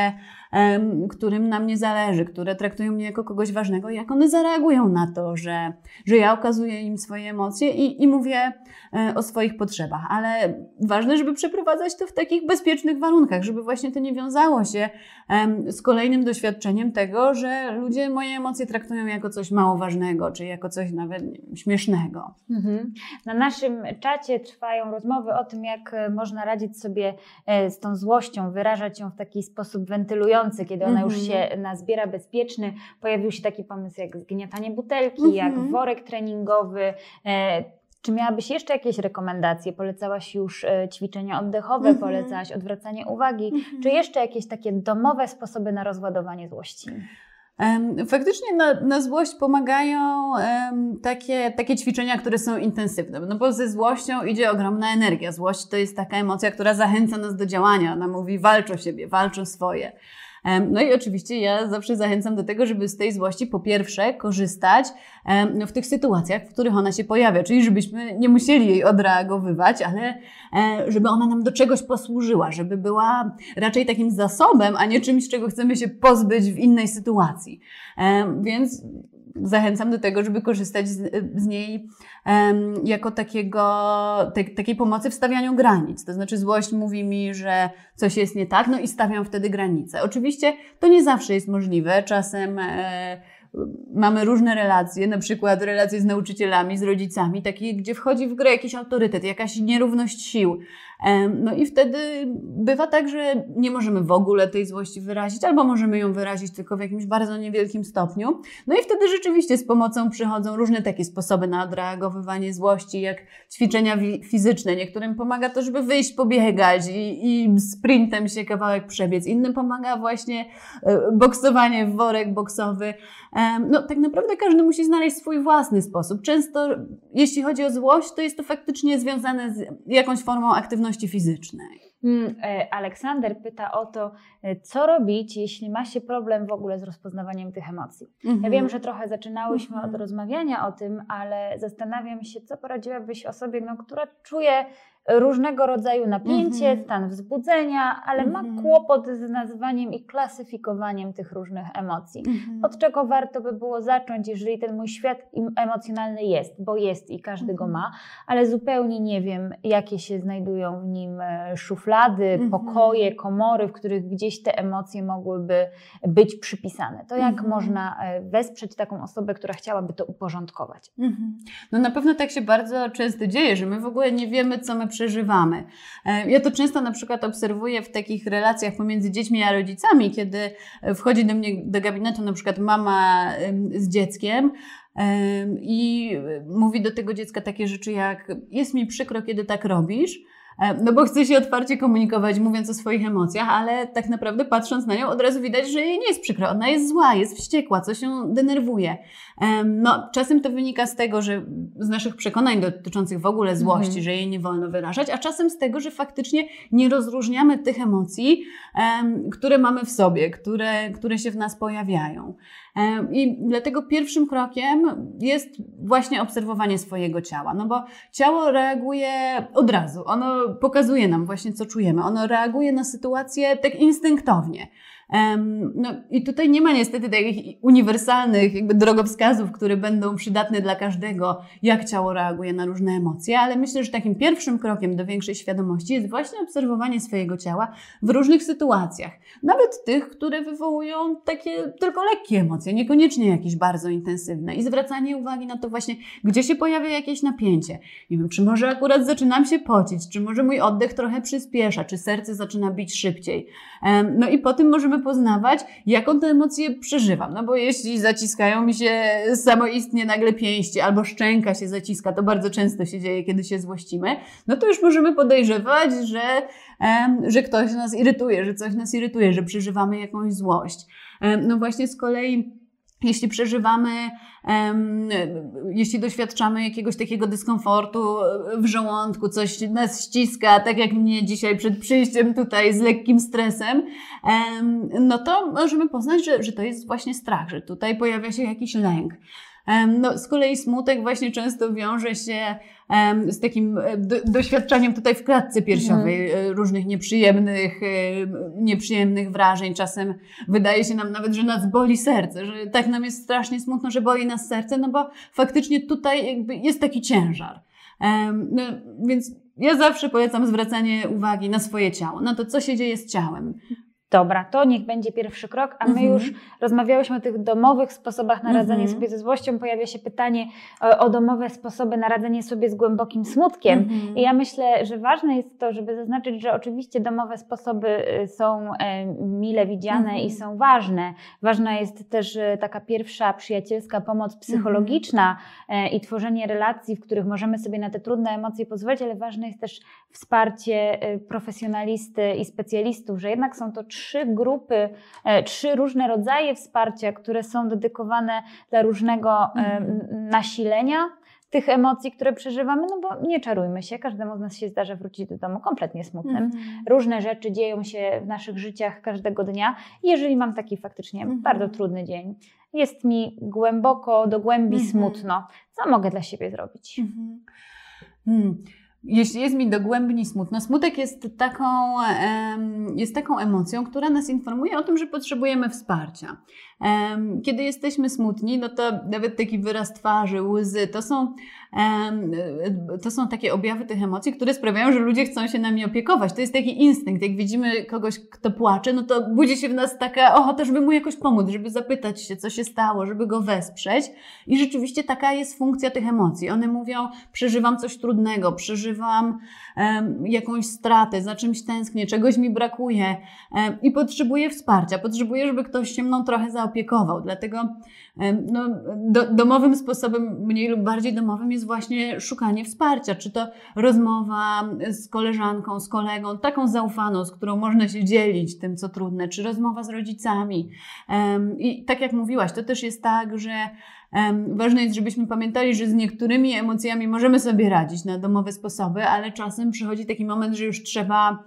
[SPEAKER 2] którym na mnie zależy, które traktują mnie jako kogoś ważnego, jak one zareagują na to, że ja okazuję im swoje emocje i mówię o swoich potrzebach. Ale ważne, żeby przeprowadzać to w takich bezpiecznych warunkach, żeby właśnie to nie wiązało się z kolejnym doświadczeniem tego, że ludzie moje emocje traktują jako coś mało ważnego, czy jako coś nawet śmiesznego.
[SPEAKER 1] Na naszym czacie trwają rozmowy o tym, jak można radzić sobie z tą złością, wyrażać ją w taki sposób wentylujący, kiedy ona już się nazbiera bezpieczny. Pojawił się taki pomysł jak zgniatanie butelki, jak worek treningowy. Czy miałabyś jeszcze jakieś rekomendacje? Polecałaś już ćwiczenia oddechowe, polecałaś odwracanie uwagi, czy jeszcze jakieś takie domowe sposoby na rozładowanie złości?
[SPEAKER 2] Faktycznie na złość pomagają takie ćwiczenia, które są intensywne, no bo ze złością idzie ogromna energia. Złość to jest taka emocja, która zachęca nas do działania. Ona mówi: walcz o siebie, walcz o swoje. No i oczywiście ja zawsze zachęcam do tego, żeby z tej złości po pierwsze korzystać w tych sytuacjach, w których ona się pojawia, czyli żebyśmy nie musieli jej odreagowywać, ale żeby ona nam do czegoś posłużyła, żeby była raczej takim zasobem, a nie czymś, czego chcemy się pozbyć w innej sytuacji. Więc zachęcam do tego, żeby korzystać z niej jako takiej pomocy w stawianiu granic. To znaczy złość mówi mi, że coś jest nie tak, no i stawiam wtedy granice. Oczywiście to nie zawsze jest możliwe. Czasem mamy różne relacje, na przykład relacje z nauczycielami, z rodzicami, takie, gdzie wchodzi w grę jakiś autorytet, jakaś nierówność sił. No i wtedy bywa tak, że nie możemy w ogóle tej złości wyrazić, albo możemy ją wyrazić tylko w jakimś bardzo niewielkim stopniu. No i wtedy rzeczywiście z pomocą przychodzą różne takie sposoby na odreagowywanie złości, jak ćwiczenia fizyczne. Niektórym pomaga to, żeby wyjść, pobiegać i sprintem się kawałek przebiec. Innym pomaga właśnie boksowanie w worek boksowy. No tak naprawdę każdy musi znaleźć swój własny sposób. Często jeśli chodzi o złość, to jest to faktycznie związane z jakąś formą aktywności fizycznej.
[SPEAKER 1] Aleksander pyta o to, co robić, jeśli ma się problem w ogóle z rozpoznawaniem tych emocji. Ja wiem, że trochę zaczynałyśmy od rozmawiania o tym, ale zastanawiam się, co poradziłabyś osobie, która czuje różnego rodzaju napięcie, stan wzbudzenia, ale ma kłopot z nazywaniem i klasyfikowaniem tych różnych emocji. Od czego warto by było zacząć, jeżeli ten mój świat emocjonalny jest, bo jest i każdy go ma, ale zupełnie nie wiem, jakie się znajdują w nim szuflady, pokoje, komory, w których gdzieś te emocje mogłyby być przypisane. To jak można wesprzeć taką osobę, która chciałaby to uporządkować?
[SPEAKER 2] No na pewno tak się bardzo często dzieje, że my w ogóle nie wiemy, co my przeżywamy. Ja to często na przykład obserwuję w takich relacjach pomiędzy dziećmi a rodzicami, kiedy wchodzi do mnie do gabinetu na przykład mama z dzieckiem i mówi do tego dziecka takie rzeczy jak: jest mi przykro, kiedy tak robisz, no bo chce się otwarcie komunikować, mówiąc o swoich emocjach, ale tak naprawdę patrząc na nią od razu widać, że jej nie jest przykro. Ona jest zła, jest wściekła, coś ją denerwuje. No, czasem to wynika z tego, że z naszych przekonań dotyczących w ogóle złości, że jej nie wolno wyrażać, a czasem z tego, że faktycznie nie rozróżniamy tych emocji, które mamy w sobie, które się w nas pojawiają. I dlatego pierwszym krokiem jest właśnie obserwowanie swojego ciała, no bo ciało reaguje od razu, ono pokazuje nam właśnie, co czujemy, ono reaguje na sytuację tak instynktownie. No i tutaj nie ma niestety takich uniwersalnych jakby drogowskazów, które będą przydatne dla każdego, jak ciało reaguje na różne emocje, ale myślę, że takim pierwszym krokiem do większej świadomości jest właśnie obserwowanie swojego ciała w różnych sytuacjach. Nawet tych, które wywołują takie tylko lekkie emocje, niekoniecznie jakieś bardzo intensywne, i zwracanie uwagi na to właśnie, gdzie się pojawia jakieś napięcie. Nie wiem, czy może akurat zaczynam się pocić, czy może mój oddech trochę przyspiesza, czy serce zaczyna bić szybciej. No i po tym możemy możemy poznawać, jaką tę emocję przeżywam. No bo jeśli zaciskają mi się samoistnie nagle pięści albo szczęka się zaciska, to bardzo często się dzieje, kiedy się złościmy, no to już możemy podejrzewać, że ktoś nas irytuje, że coś nas irytuje, że przeżywamy jakąś złość. No właśnie z kolei jeśli przeżywamy, jeśli doświadczamy jakiegoś takiego dyskomfortu w żołądku, coś nas ściska, tak jak mnie dzisiaj przed przyjściem tutaj z lekkim stresem, no to możemy poznać, że to jest właśnie strach, że tutaj pojawia się jakiś lęk. No, z kolei smutek właśnie często wiąże się z takim doświadczaniem tutaj w klatce piersiowej różnych nieprzyjemnych wrażeń. Czasem wydaje się nam nawet, że nas boli serce, że tak nam jest strasznie smutno, że boli nas serce, no bo faktycznie tutaj jakby jest taki ciężar. No, więc ja zawsze polecam zwracanie uwagi na swoje ciało, na to, co się dzieje z ciałem.
[SPEAKER 1] Dobra, to niech będzie pierwszy krok, a my już rozmawiałyśmy o tych domowych sposobach na radzenie sobie ze złością. Pojawia się pytanie o domowe sposoby na radzenie sobie z głębokim smutkiem. I ja myślę, że ważne jest to, żeby zaznaczyć, że oczywiście domowe sposoby są mile widziane i są ważne. Ważna jest też taka pierwsza przyjacielska pomoc psychologiczna i tworzenie relacji, w których możemy sobie na te trudne emocje pozwolić, ale ważne jest też wsparcie profesjonalisty i specjalistów, że jednak są to trzy różne rodzaje wsparcia, które są dedykowane dla różnego nasilenia tych emocji, które przeżywamy, no bo nie czarujmy się, każdemu z nas się zdarza wrócić do domu kompletnie smutnym. Różne rzeczy dzieją się w naszych życiach każdego dnia. Jeżeli mam taki faktycznie bardzo trudny dzień, jest mi głęboko, do głębi smutno, co mogę dla siebie zrobić?
[SPEAKER 2] Jeśli jest mi dogłębnie smutno, smutek jest taką emocją, która nas informuje o tym, że potrzebujemy wsparcia. Kiedy jesteśmy smutni, no to nawet taki wyraz twarzy, łzy, to są takie objawy tych emocji, które sprawiają, że ludzie chcą się nami opiekować. To jest taki instynkt. Jak widzimy kogoś, kto płacze, no to budzi się w nas taka ochota, żeby mu jakoś pomóc, żeby zapytać się, co się stało, żeby go wesprzeć. I rzeczywiście taka jest funkcja tych emocji. One mówią, przeżywam coś trudnego, przeżywam jakąś stratę, za czymś tęsknię, czegoś mi brakuje i potrzebuję wsparcia, potrzebuję, żeby ktoś się mną trochę zaopiekował. Dlatego domowym sposobem, mniej lub bardziej domowym, jest właśnie szukanie wsparcia, czy to rozmowa z koleżanką, z kolegą, taką zaufaną, z którą można się dzielić tym, co trudne, czy rozmowa z rodzicami. I tak jak mówiłaś, to też jest tak, że ważne jest, żebyśmy pamiętali, że z niektórymi emocjami możemy sobie radzić na domowe sposoby, ale czasem przychodzi taki moment, że już trzeba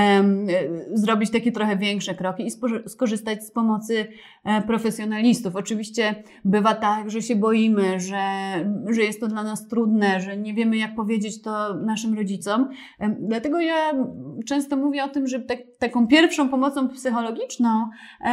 [SPEAKER 2] zrobić takie trochę większe kroki i skorzystać z pomocy profesjonalistów. Oczywiście bywa tak, że się boimy, że jest to dla nas trudne, że nie wiemy, jak powiedzieć to naszym rodzicom. Dlatego ja często mówię o tym, że taką pierwszą pomocą psychologiczną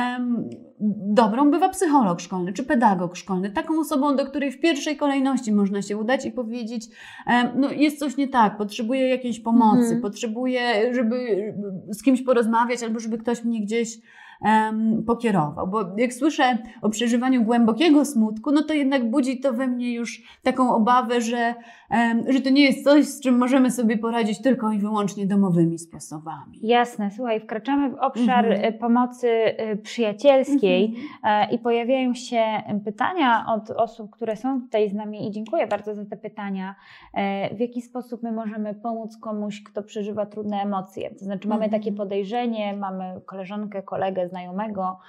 [SPEAKER 2] dobrą bywa psycholog szkolny czy pedagog szkolny. Taką osobą, do której w pierwszej kolejności można się udać i powiedzieć, no jest coś nie tak, potrzebuję jakiejś pomocy, potrzebuję, żeby z kimś porozmawiać albo żeby ktoś mnie gdzieś pokierował. Bo jak słyszę o przeżywaniu głębokiego smutku, no to jednak budzi to we mnie już taką obawę, że to nie jest coś, z czym możemy sobie poradzić tylko i wyłącznie domowymi sposobami.
[SPEAKER 1] Jasne, słuchaj, wkraczamy w obszar pomocy przyjacielskiej i pojawiają się pytania od osób, które są tutaj z nami i dziękuję bardzo za te pytania. W jaki sposób my możemy pomóc komuś, kto przeżywa trudne emocje? To znaczy mamy takie podejrzenie, mamy koleżankę, kolegę, znajomego,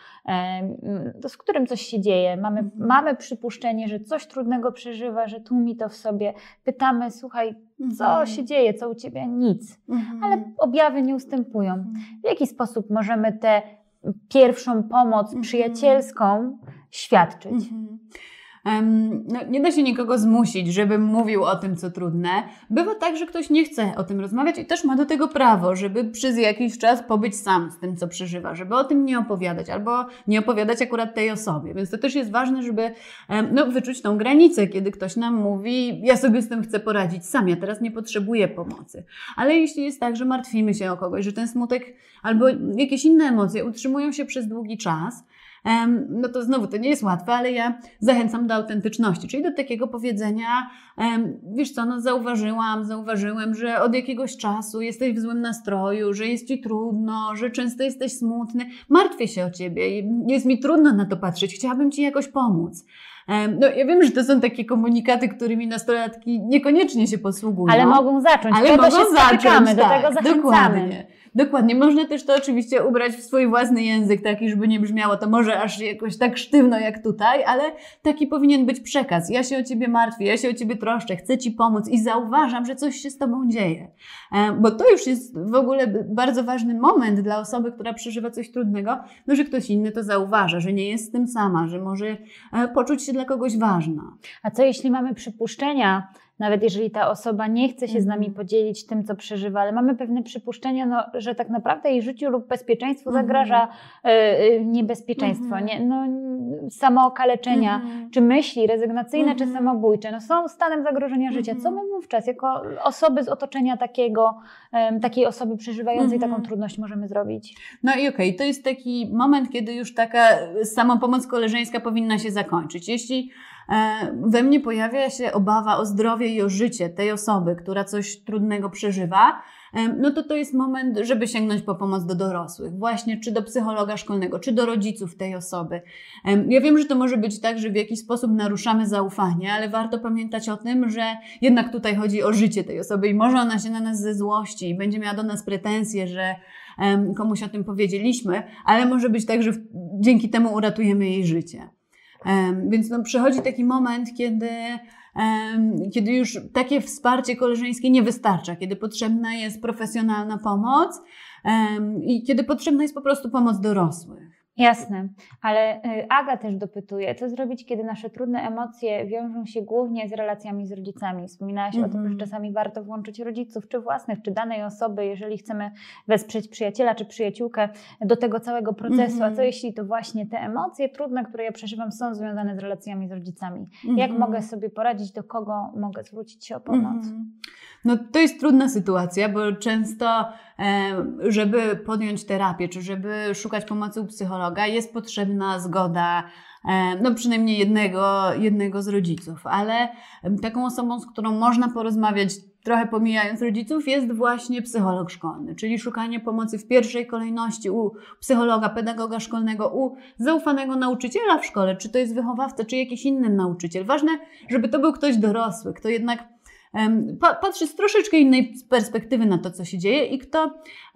[SPEAKER 1] z którym coś się dzieje. Mamy przypuszczenie, że coś trudnego przeżywa, że tłumi to w sobie. Pytamy, słuchaj, co się dzieje, co u Ciebie? Nic. Ale objawy nie ustępują. W jaki sposób możemy tę pierwszą pomoc przyjacielską świadczyć?
[SPEAKER 2] No, nie da się nikogo zmusić, żeby mówił o tym, co trudne. Bywa tak, że ktoś nie chce o tym rozmawiać i też ma do tego prawo, żeby przez jakiś czas pobyć sam z tym, co przeżywa, żeby o tym nie opowiadać albo nie opowiadać akurat tej osobie. Więc to też jest ważne, żeby wyczuć tą granicę, kiedy ktoś nam mówi, ja sobie z tym chcę poradzić sam, ja teraz nie potrzebuję pomocy. Ale jeśli jest tak, że martwimy się o kogoś, że ten smutek albo jakieś inne emocje utrzymują się przez długi czas, no to znowu to nie jest łatwe, ale ja zachęcam do autentyczności, czyli do takiego powiedzenia, wiesz co, no zauważyłem, że od jakiegoś czasu jesteś w złym nastroju, że jest ci trudno, że często jesteś smutny, martwię się o ciebie i jest mi trudno na to patrzeć, chciałabym ci jakoś pomóc. No ja wiem, że to są takie komunikaty, którymi nastolatki niekoniecznie się posługują.
[SPEAKER 1] Ale mogą zacząć,
[SPEAKER 2] ale mogą zacząć,
[SPEAKER 1] do tego zachęcamy.
[SPEAKER 2] Dokładnie. Można też to oczywiście ubrać w swój własny język, taki, żeby nie brzmiało to może aż jakoś tak sztywno jak tutaj, ale taki powinien być przekaz. Ja się o ciebie martwię, ja się o ciebie troszczę, chcę ci pomóc i zauważam, że coś się z tobą dzieje. Bo to już jest w ogóle bardzo ważny moment dla osoby, która przeżywa coś trudnego, no, że ktoś inny to zauważa, że nie jest z tym sama, że może poczuć się dla kogoś ważna.
[SPEAKER 1] A co jeśli mamy przypuszczenia, nawet jeżeli ta osoba nie chce się z nami podzielić tym, co przeżywa, ale mamy pewne przypuszczenia, no, że tak naprawdę jej życiu lub bezpieczeństwu zagraża niebezpieczeństwo, samookaleczenia, czy myśli rezygnacyjne, czy samobójcze, no, są stanem zagrożenia życia. Co my wówczas, jako osoby z otoczenia takiej osoby przeżywającej taką trudność możemy zrobić?
[SPEAKER 2] No i okej, to jest taki moment, kiedy już taka samopomoc koleżeńska powinna się zakończyć. Jeśli we mnie pojawia się obawa o zdrowie i o życie tej osoby, która coś trudnego przeżywa, no to jest moment, żeby sięgnąć po pomoc do dorosłych, właśnie czy do psychologa szkolnego, czy do rodziców tej osoby. Ja wiem, że to może być tak, że w jakiś sposób naruszamy zaufanie, ale warto pamiętać o tym, że jednak tutaj chodzi o życie tej osoby i może ona się na nas ze złości i będzie miała do nas pretensje, że komuś o tym powiedzieliśmy, ale może być tak, że dzięki temu uratujemy jej życie. Więc no, przychodzi taki moment, kiedy już takie wsparcie koleżeńskie nie wystarcza, kiedy potrzebna jest profesjonalna pomoc i kiedy potrzebna jest po prostu pomoc dorosłych.
[SPEAKER 1] Jasne, ale Aga też dopytuje, co zrobić, kiedy nasze trudne emocje wiążą się głównie z relacjami z rodzicami. Wspominałaś o tym, że czasami warto włączyć rodziców, czy własnych, czy danej osoby, jeżeli chcemy wesprzeć przyjaciela, czy przyjaciółkę do tego całego procesu. A co jeśli to właśnie te emocje trudne, które ja przeżywam, są związane z relacjami z rodzicami? Jak mogę sobie poradzić, do kogo mogę zwrócić się o pomoc?
[SPEAKER 2] No to jest trudna sytuacja, bo często, żeby podjąć terapię, czy żeby szukać pomocy u psychologa, jest potrzebna zgoda, no przynajmniej jednego z rodziców, ale taką osobą, z którą można porozmawiać, trochę pomijając rodziców, jest właśnie psycholog szkolny, czyli szukanie pomocy w pierwszej kolejności u psychologa, pedagoga szkolnego, u zaufanego nauczyciela w szkole, czy to jest wychowawca, czy jakiś inny nauczyciel. Ważne, żeby to był ktoś dorosły, kto jednak patrzy z troszeczkę innej perspektywy na to, co się dzieje i kto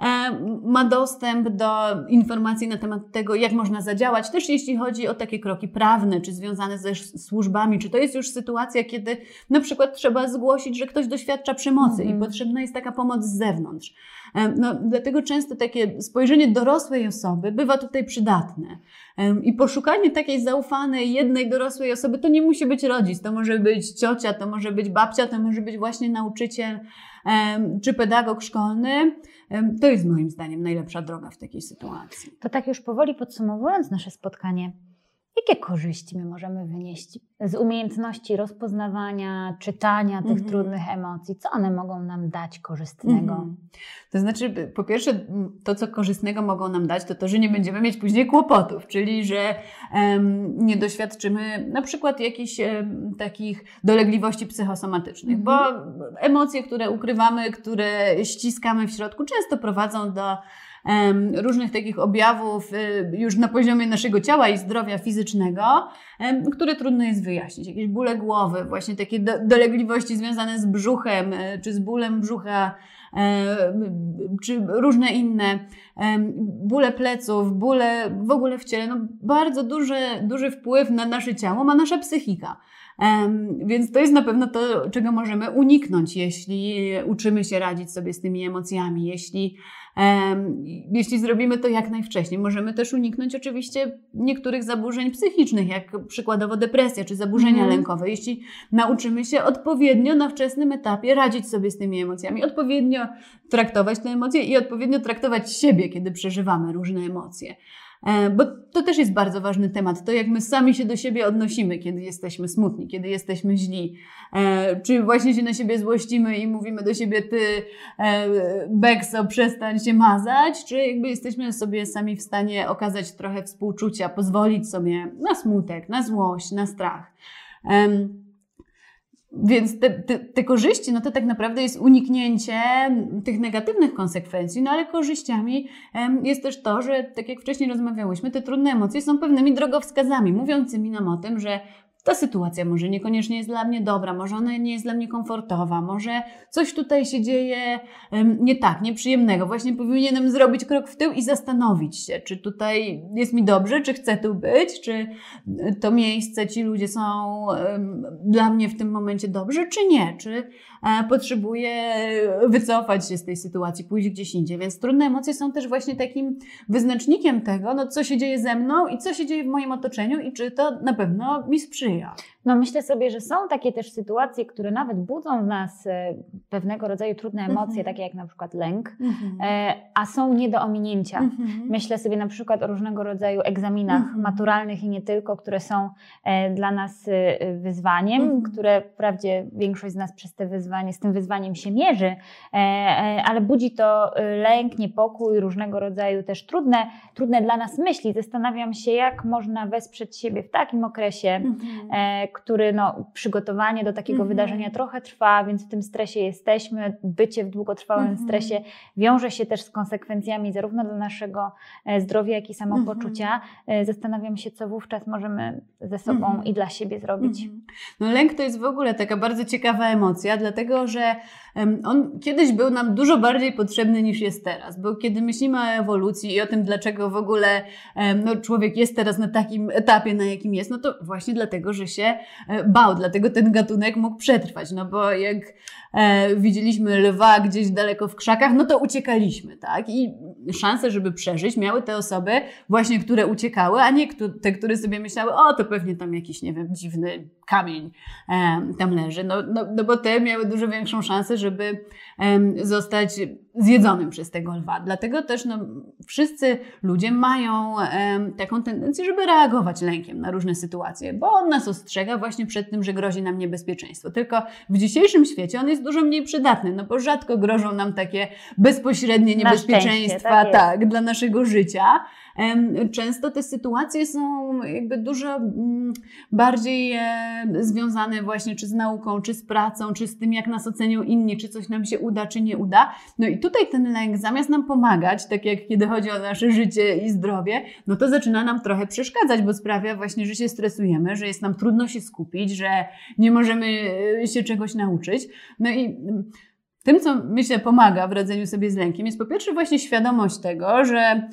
[SPEAKER 2] ma dostęp do informacji na temat tego, jak można zadziałać, też jeśli chodzi o takie kroki prawne, czy związane ze służbami, czy to jest już sytuacja, kiedy na przykład trzeba zgłosić, że ktoś doświadcza przemocy i potrzebna jest taka pomoc z zewnątrz. No, dlatego często takie spojrzenie dorosłej osoby bywa tutaj przydatne. I poszukanie takiej zaufanej, jednej dorosłej osoby, to nie musi być rodzic, to może być ciocia, to może być babcia, to może być właśnie nauczyciel czy pedagog szkolny. To jest moim zdaniem najlepsza droga w takiej sytuacji.
[SPEAKER 1] To tak już powoli podsumowując nasze spotkanie, jakie korzyści my możemy wynieść z umiejętności rozpoznawania, czytania tych trudnych emocji? Co one mogą nam dać korzystnego?
[SPEAKER 2] To znaczy, po pierwsze, to co korzystnego mogą nam dać, to to, że nie będziemy mieć później kłopotów, czyli że nie doświadczymy na przykład jakichś takich dolegliwości psychosomatycznych, bo emocje, które ukrywamy, które ściskamy w środku, często prowadzą do różnych takich objawów już na poziomie naszego ciała i zdrowia fizycznego, które trudno jest wyjaśnić. Jakieś bóle głowy, właśnie takie dolegliwości związane z brzuchem, czy z bólem brzucha, czy różne inne bóle pleców, bóle w ogóle w ciele. No, bardzo duży wpływ na nasze ciało ma nasza psychika. Więc to jest na pewno to, czego możemy uniknąć, jeśli uczymy się radzić sobie z tymi emocjami, jeśli zrobimy to jak najwcześniej. Możemy też uniknąć oczywiście niektórych zaburzeń psychicznych, jak przykładowo depresja czy zaburzenia lękowe. Jeśli nauczymy się odpowiednio na wczesnym etapie radzić sobie z tymi emocjami, odpowiednio traktować te emocje i odpowiednio traktować siebie, kiedy przeżywamy różne emocje. Bo to też jest bardzo ważny temat, to jak my sami się do siebie odnosimy, kiedy jesteśmy smutni, kiedy jesteśmy źli. Czy właśnie się na siebie złościmy i mówimy do siebie, ty bekso, przestań się mazać, czy jakby jesteśmy sobie sami w stanie okazać trochę współczucia, pozwolić sobie na smutek, na złość, na strach. Więc te korzyści, no to tak naprawdę jest uniknięcie tych negatywnych konsekwencji, no ale korzyściami jest też to, że tak jak wcześniej rozmawiałyśmy, te trudne emocje są pewnymi drogowskazami, mówiącymi nam o tym, że ta sytuacja może niekoniecznie jest dla mnie dobra, może ona nie jest dla mnie komfortowa, może coś tutaj się dzieje nie tak, nieprzyjemnego. Właśnie powinienem zrobić krok w tył i zastanowić się, czy tutaj jest mi dobrze, czy chcę tu być, czy to miejsce, ci ludzie są dla mnie w tym momencie dobrze, czy nie, czy potrzebuję wycofać się z tej sytuacji, pójść gdzieś indziej. Więc trudne emocje są też właśnie takim wyznacznikiem tego, no, co się dzieje ze mną i co się dzieje w moim otoczeniu i czy to na pewno mi sprzyja.
[SPEAKER 1] No myślę sobie, że są takie też sytuacje, które nawet budzą w nas pewnego rodzaju trudne emocje, takie jak na przykład lęk, a są nie do ominięcia. Myślę sobie na przykład o różnego rodzaju egzaminach maturalnych i nie tylko, które są dla nas wyzwaniem, które wprawdzie większość z nas z tym wyzwaniem się mierzy, ale budzi to lęk, niepokój, różnego rodzaju też trudne dla nas myśli. Zastanawiam się, jak można wesprzeć siebie w takim okresie, który przygotowanie do takiego wydarzenia trochę trwa, więc w tym stresie jesteśmy. Bycie w długotrwałym stresie wiąże się też z konsekwencjami zarówno dla naszego zdrowia, jak i samopoczucia. Zastanawiam się, co wówczas możemy ze sobą i dla siebie zrobić.
[SPEAKER 2] No lęk to jest w ogóle taka bardzo ciekawa emocja, dlatego że on kiedyś był nam dużo bardziej potrzebny niż jest teraz, bo kiedy myślimy o ewolucji i o tym, dlaczego w ogóle człowiek jest teraz na takim etapie, na jakim jest, no to właśnie dlatego, że się bał, dlatego ten gatunek mógł przetrwać, no bo jak widzieliśmy lwa gdzieś daleko w krzakach, no to uciekaliśmy, tak? I szanse, żeby przeżyć, miały te osoby właśnie, które uciekały, a nie te, które sobie myślały, o to pewnie tam jakiś, nie wiem, dziwny kamień tam leży, no bo te miały dużo większą szansę, żeby zostać zjedzonym przez tego lwa. Dlatego też wszyscy ludzie mają taką tendencję, żeby reagować lękiem na różne sytuacje, bo on nas ostrzega właśnie przed tym, że grozi nam niebezpieczeństwo. Tylko w dzisiejszym świecie on jest dużo mniej przydatny, no bo rzadko grożą nam takie bezpośrednie niebezpieczeństwa dla naszego życia. Często te sytuacje są jakby dużo bardziej związane właśnie czy z nauką, czy z pracą, czy z tym, jak nas ocenią inni, czy coś nam się uda, czy nie uda. No i tutaj ten lęk zamiast nam pomagać, tak jak kiedy chodzi o nasze życie i zdrowie, no to zaczyna nam trochę przeszkadzać, bo sprawia właśnie, że się stresujemy, że jest nam trudno się skupić, że nie możemy się czegoś nauczyć. No i tym, co myślę pomaga w radzeniu sobie z lękiem, jest po pierwsze właśnie świadomość tego, że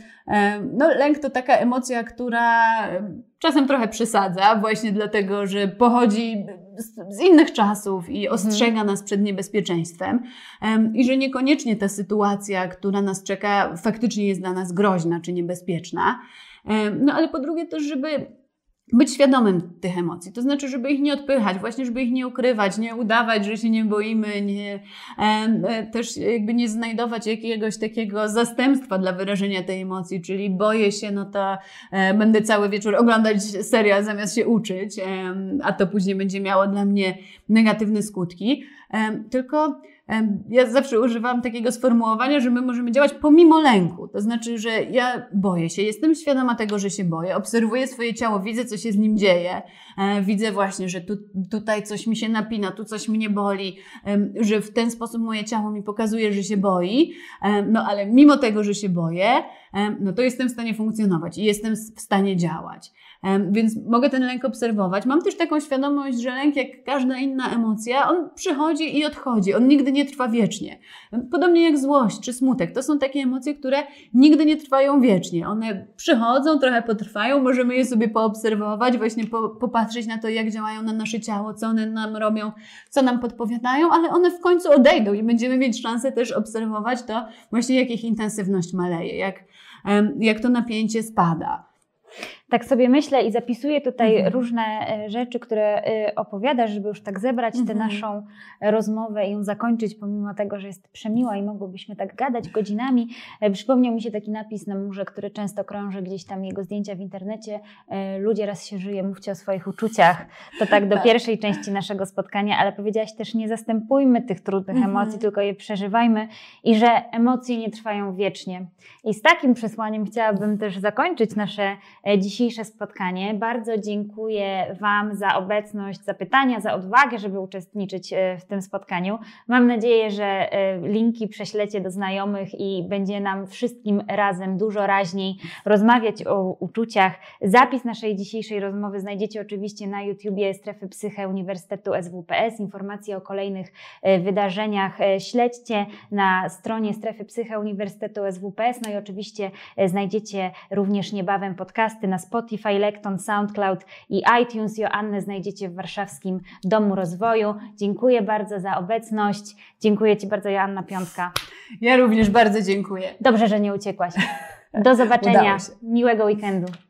[SPEAKER 2] lęk to taka emocja, która czasem trochę przesadza, właśnie dlatego, że pochodzi z innych czasów i ostrzega nas przed niebezpieczeństwem i że niekoniecznie ta sytuacja, która nas czeka, faktycznie jest dla nas groźna czy niebezpieczna. No ale po drugie też, żeby być świadomym tych emocji, to znaczy, żeby ich nie odpychać, właśnie żeby ich nie ukrywać, nie udawać, że się nie boimy, też jakby nie znajdować jakiegoś takiego zastępstwa dla wyrażenia tej emocji, czyli boję się, no to będę cały wieczór oglądać serial zamiast się uczyć, a to później będzie miało dla mnie negatywne skutki, tylko ja zawsze używam takiego sformułowania, że my możemy działać pomimo lęku. To znaczy, że ja boję się, jestem świadoma tego, że się boję, obserwuję swoje ciało, widzę, co się z nim dzieje, widzę właśnie, że tutaj coś mi się napina, tu coś mnie boli, że w ten sposób moje ciało mi pokazuje, że się boi, no ale mimo tego, że się boję, no to jestem w stanie funkcjonować i jestem w stanie działać. Więc mogę ten lęk obserwować. Mam też taką świadomość, że lęk, jak każda inna emocja, on przychodzi i odchodzi. On nigdy nie trwa wiecznie. Podobnie jak złość czy smutek. To są takie emocje, które nigdy nie trwają wiecznie. One przychodzą, trochę potrwają, możemy je sobie poobserwować, właśnie popatrzeć na to, jak działają na nasze ciało, co one nam robią, co nam podpowiadają, ale one w końcu odejdą i będziemy mieć szansę też obserwować to właśnie, jak ich intensywność maleje, jak to napięcie spada.
[SPEAKER 1] Tak sobie myślę i zapisuję tutaj różne rzeczy, które opowiadasz, żeby już tak zebrać tę naszą rozmowę i ją zakończyć, pomimo tego, że jest przemiła i mogłybyśmy tak gadać godzinami. Przypomniał mi się taki napis na murze, który często krąży, gdzieś tam jego zdjęcia w internecie. Ludzie, raz się żyje, mówcie o swoich uczuciach. To tak do pierwszej części naszego spotkania, ale powiedziałaś też, nie zastępujmy tych trudnych emocji, tylko je przeżywajmy i że emocje nie trwają wiecznie. I z takim przesłaniem chciałabym też zakończyć nasze dzisiejsze spotkanie. Bardzo dziękuję Wam za obecność, za pytania, za odwagę, żeby uczestniczyć w tym spotkaniu. Mam nadzieję, że linki prześlecie do znajomych i będzie nam wszystkim razem dużo raźniej rozmawiać o uczuciach. Zapis naszej dzisiejszej rozmowy znajdziecie oczywiście na YouTubie Strefy Psyche Uniwersytetu SWPS. Informacje o kolejnych wydarzeniach śledźcie na stronie Strefy Psyche Uniwersytetu SWPS. No i oczywiście znajdziecie również niebawem podcasty na Spotify, Lekton, SoundCloud i iTunes. Joannę znajdziecie w Warszawskim Domu Rozwoju. Dziękuję bardzo za obecność. Dziękuję Ci bardzo, Joanna Piątka.
[SPEAKER 2] Ja również bardzo dziękuję.
[SPEAKER 1] Dobrze, że nie uciekłaś. Do zobaczenia. Miłego weekendu.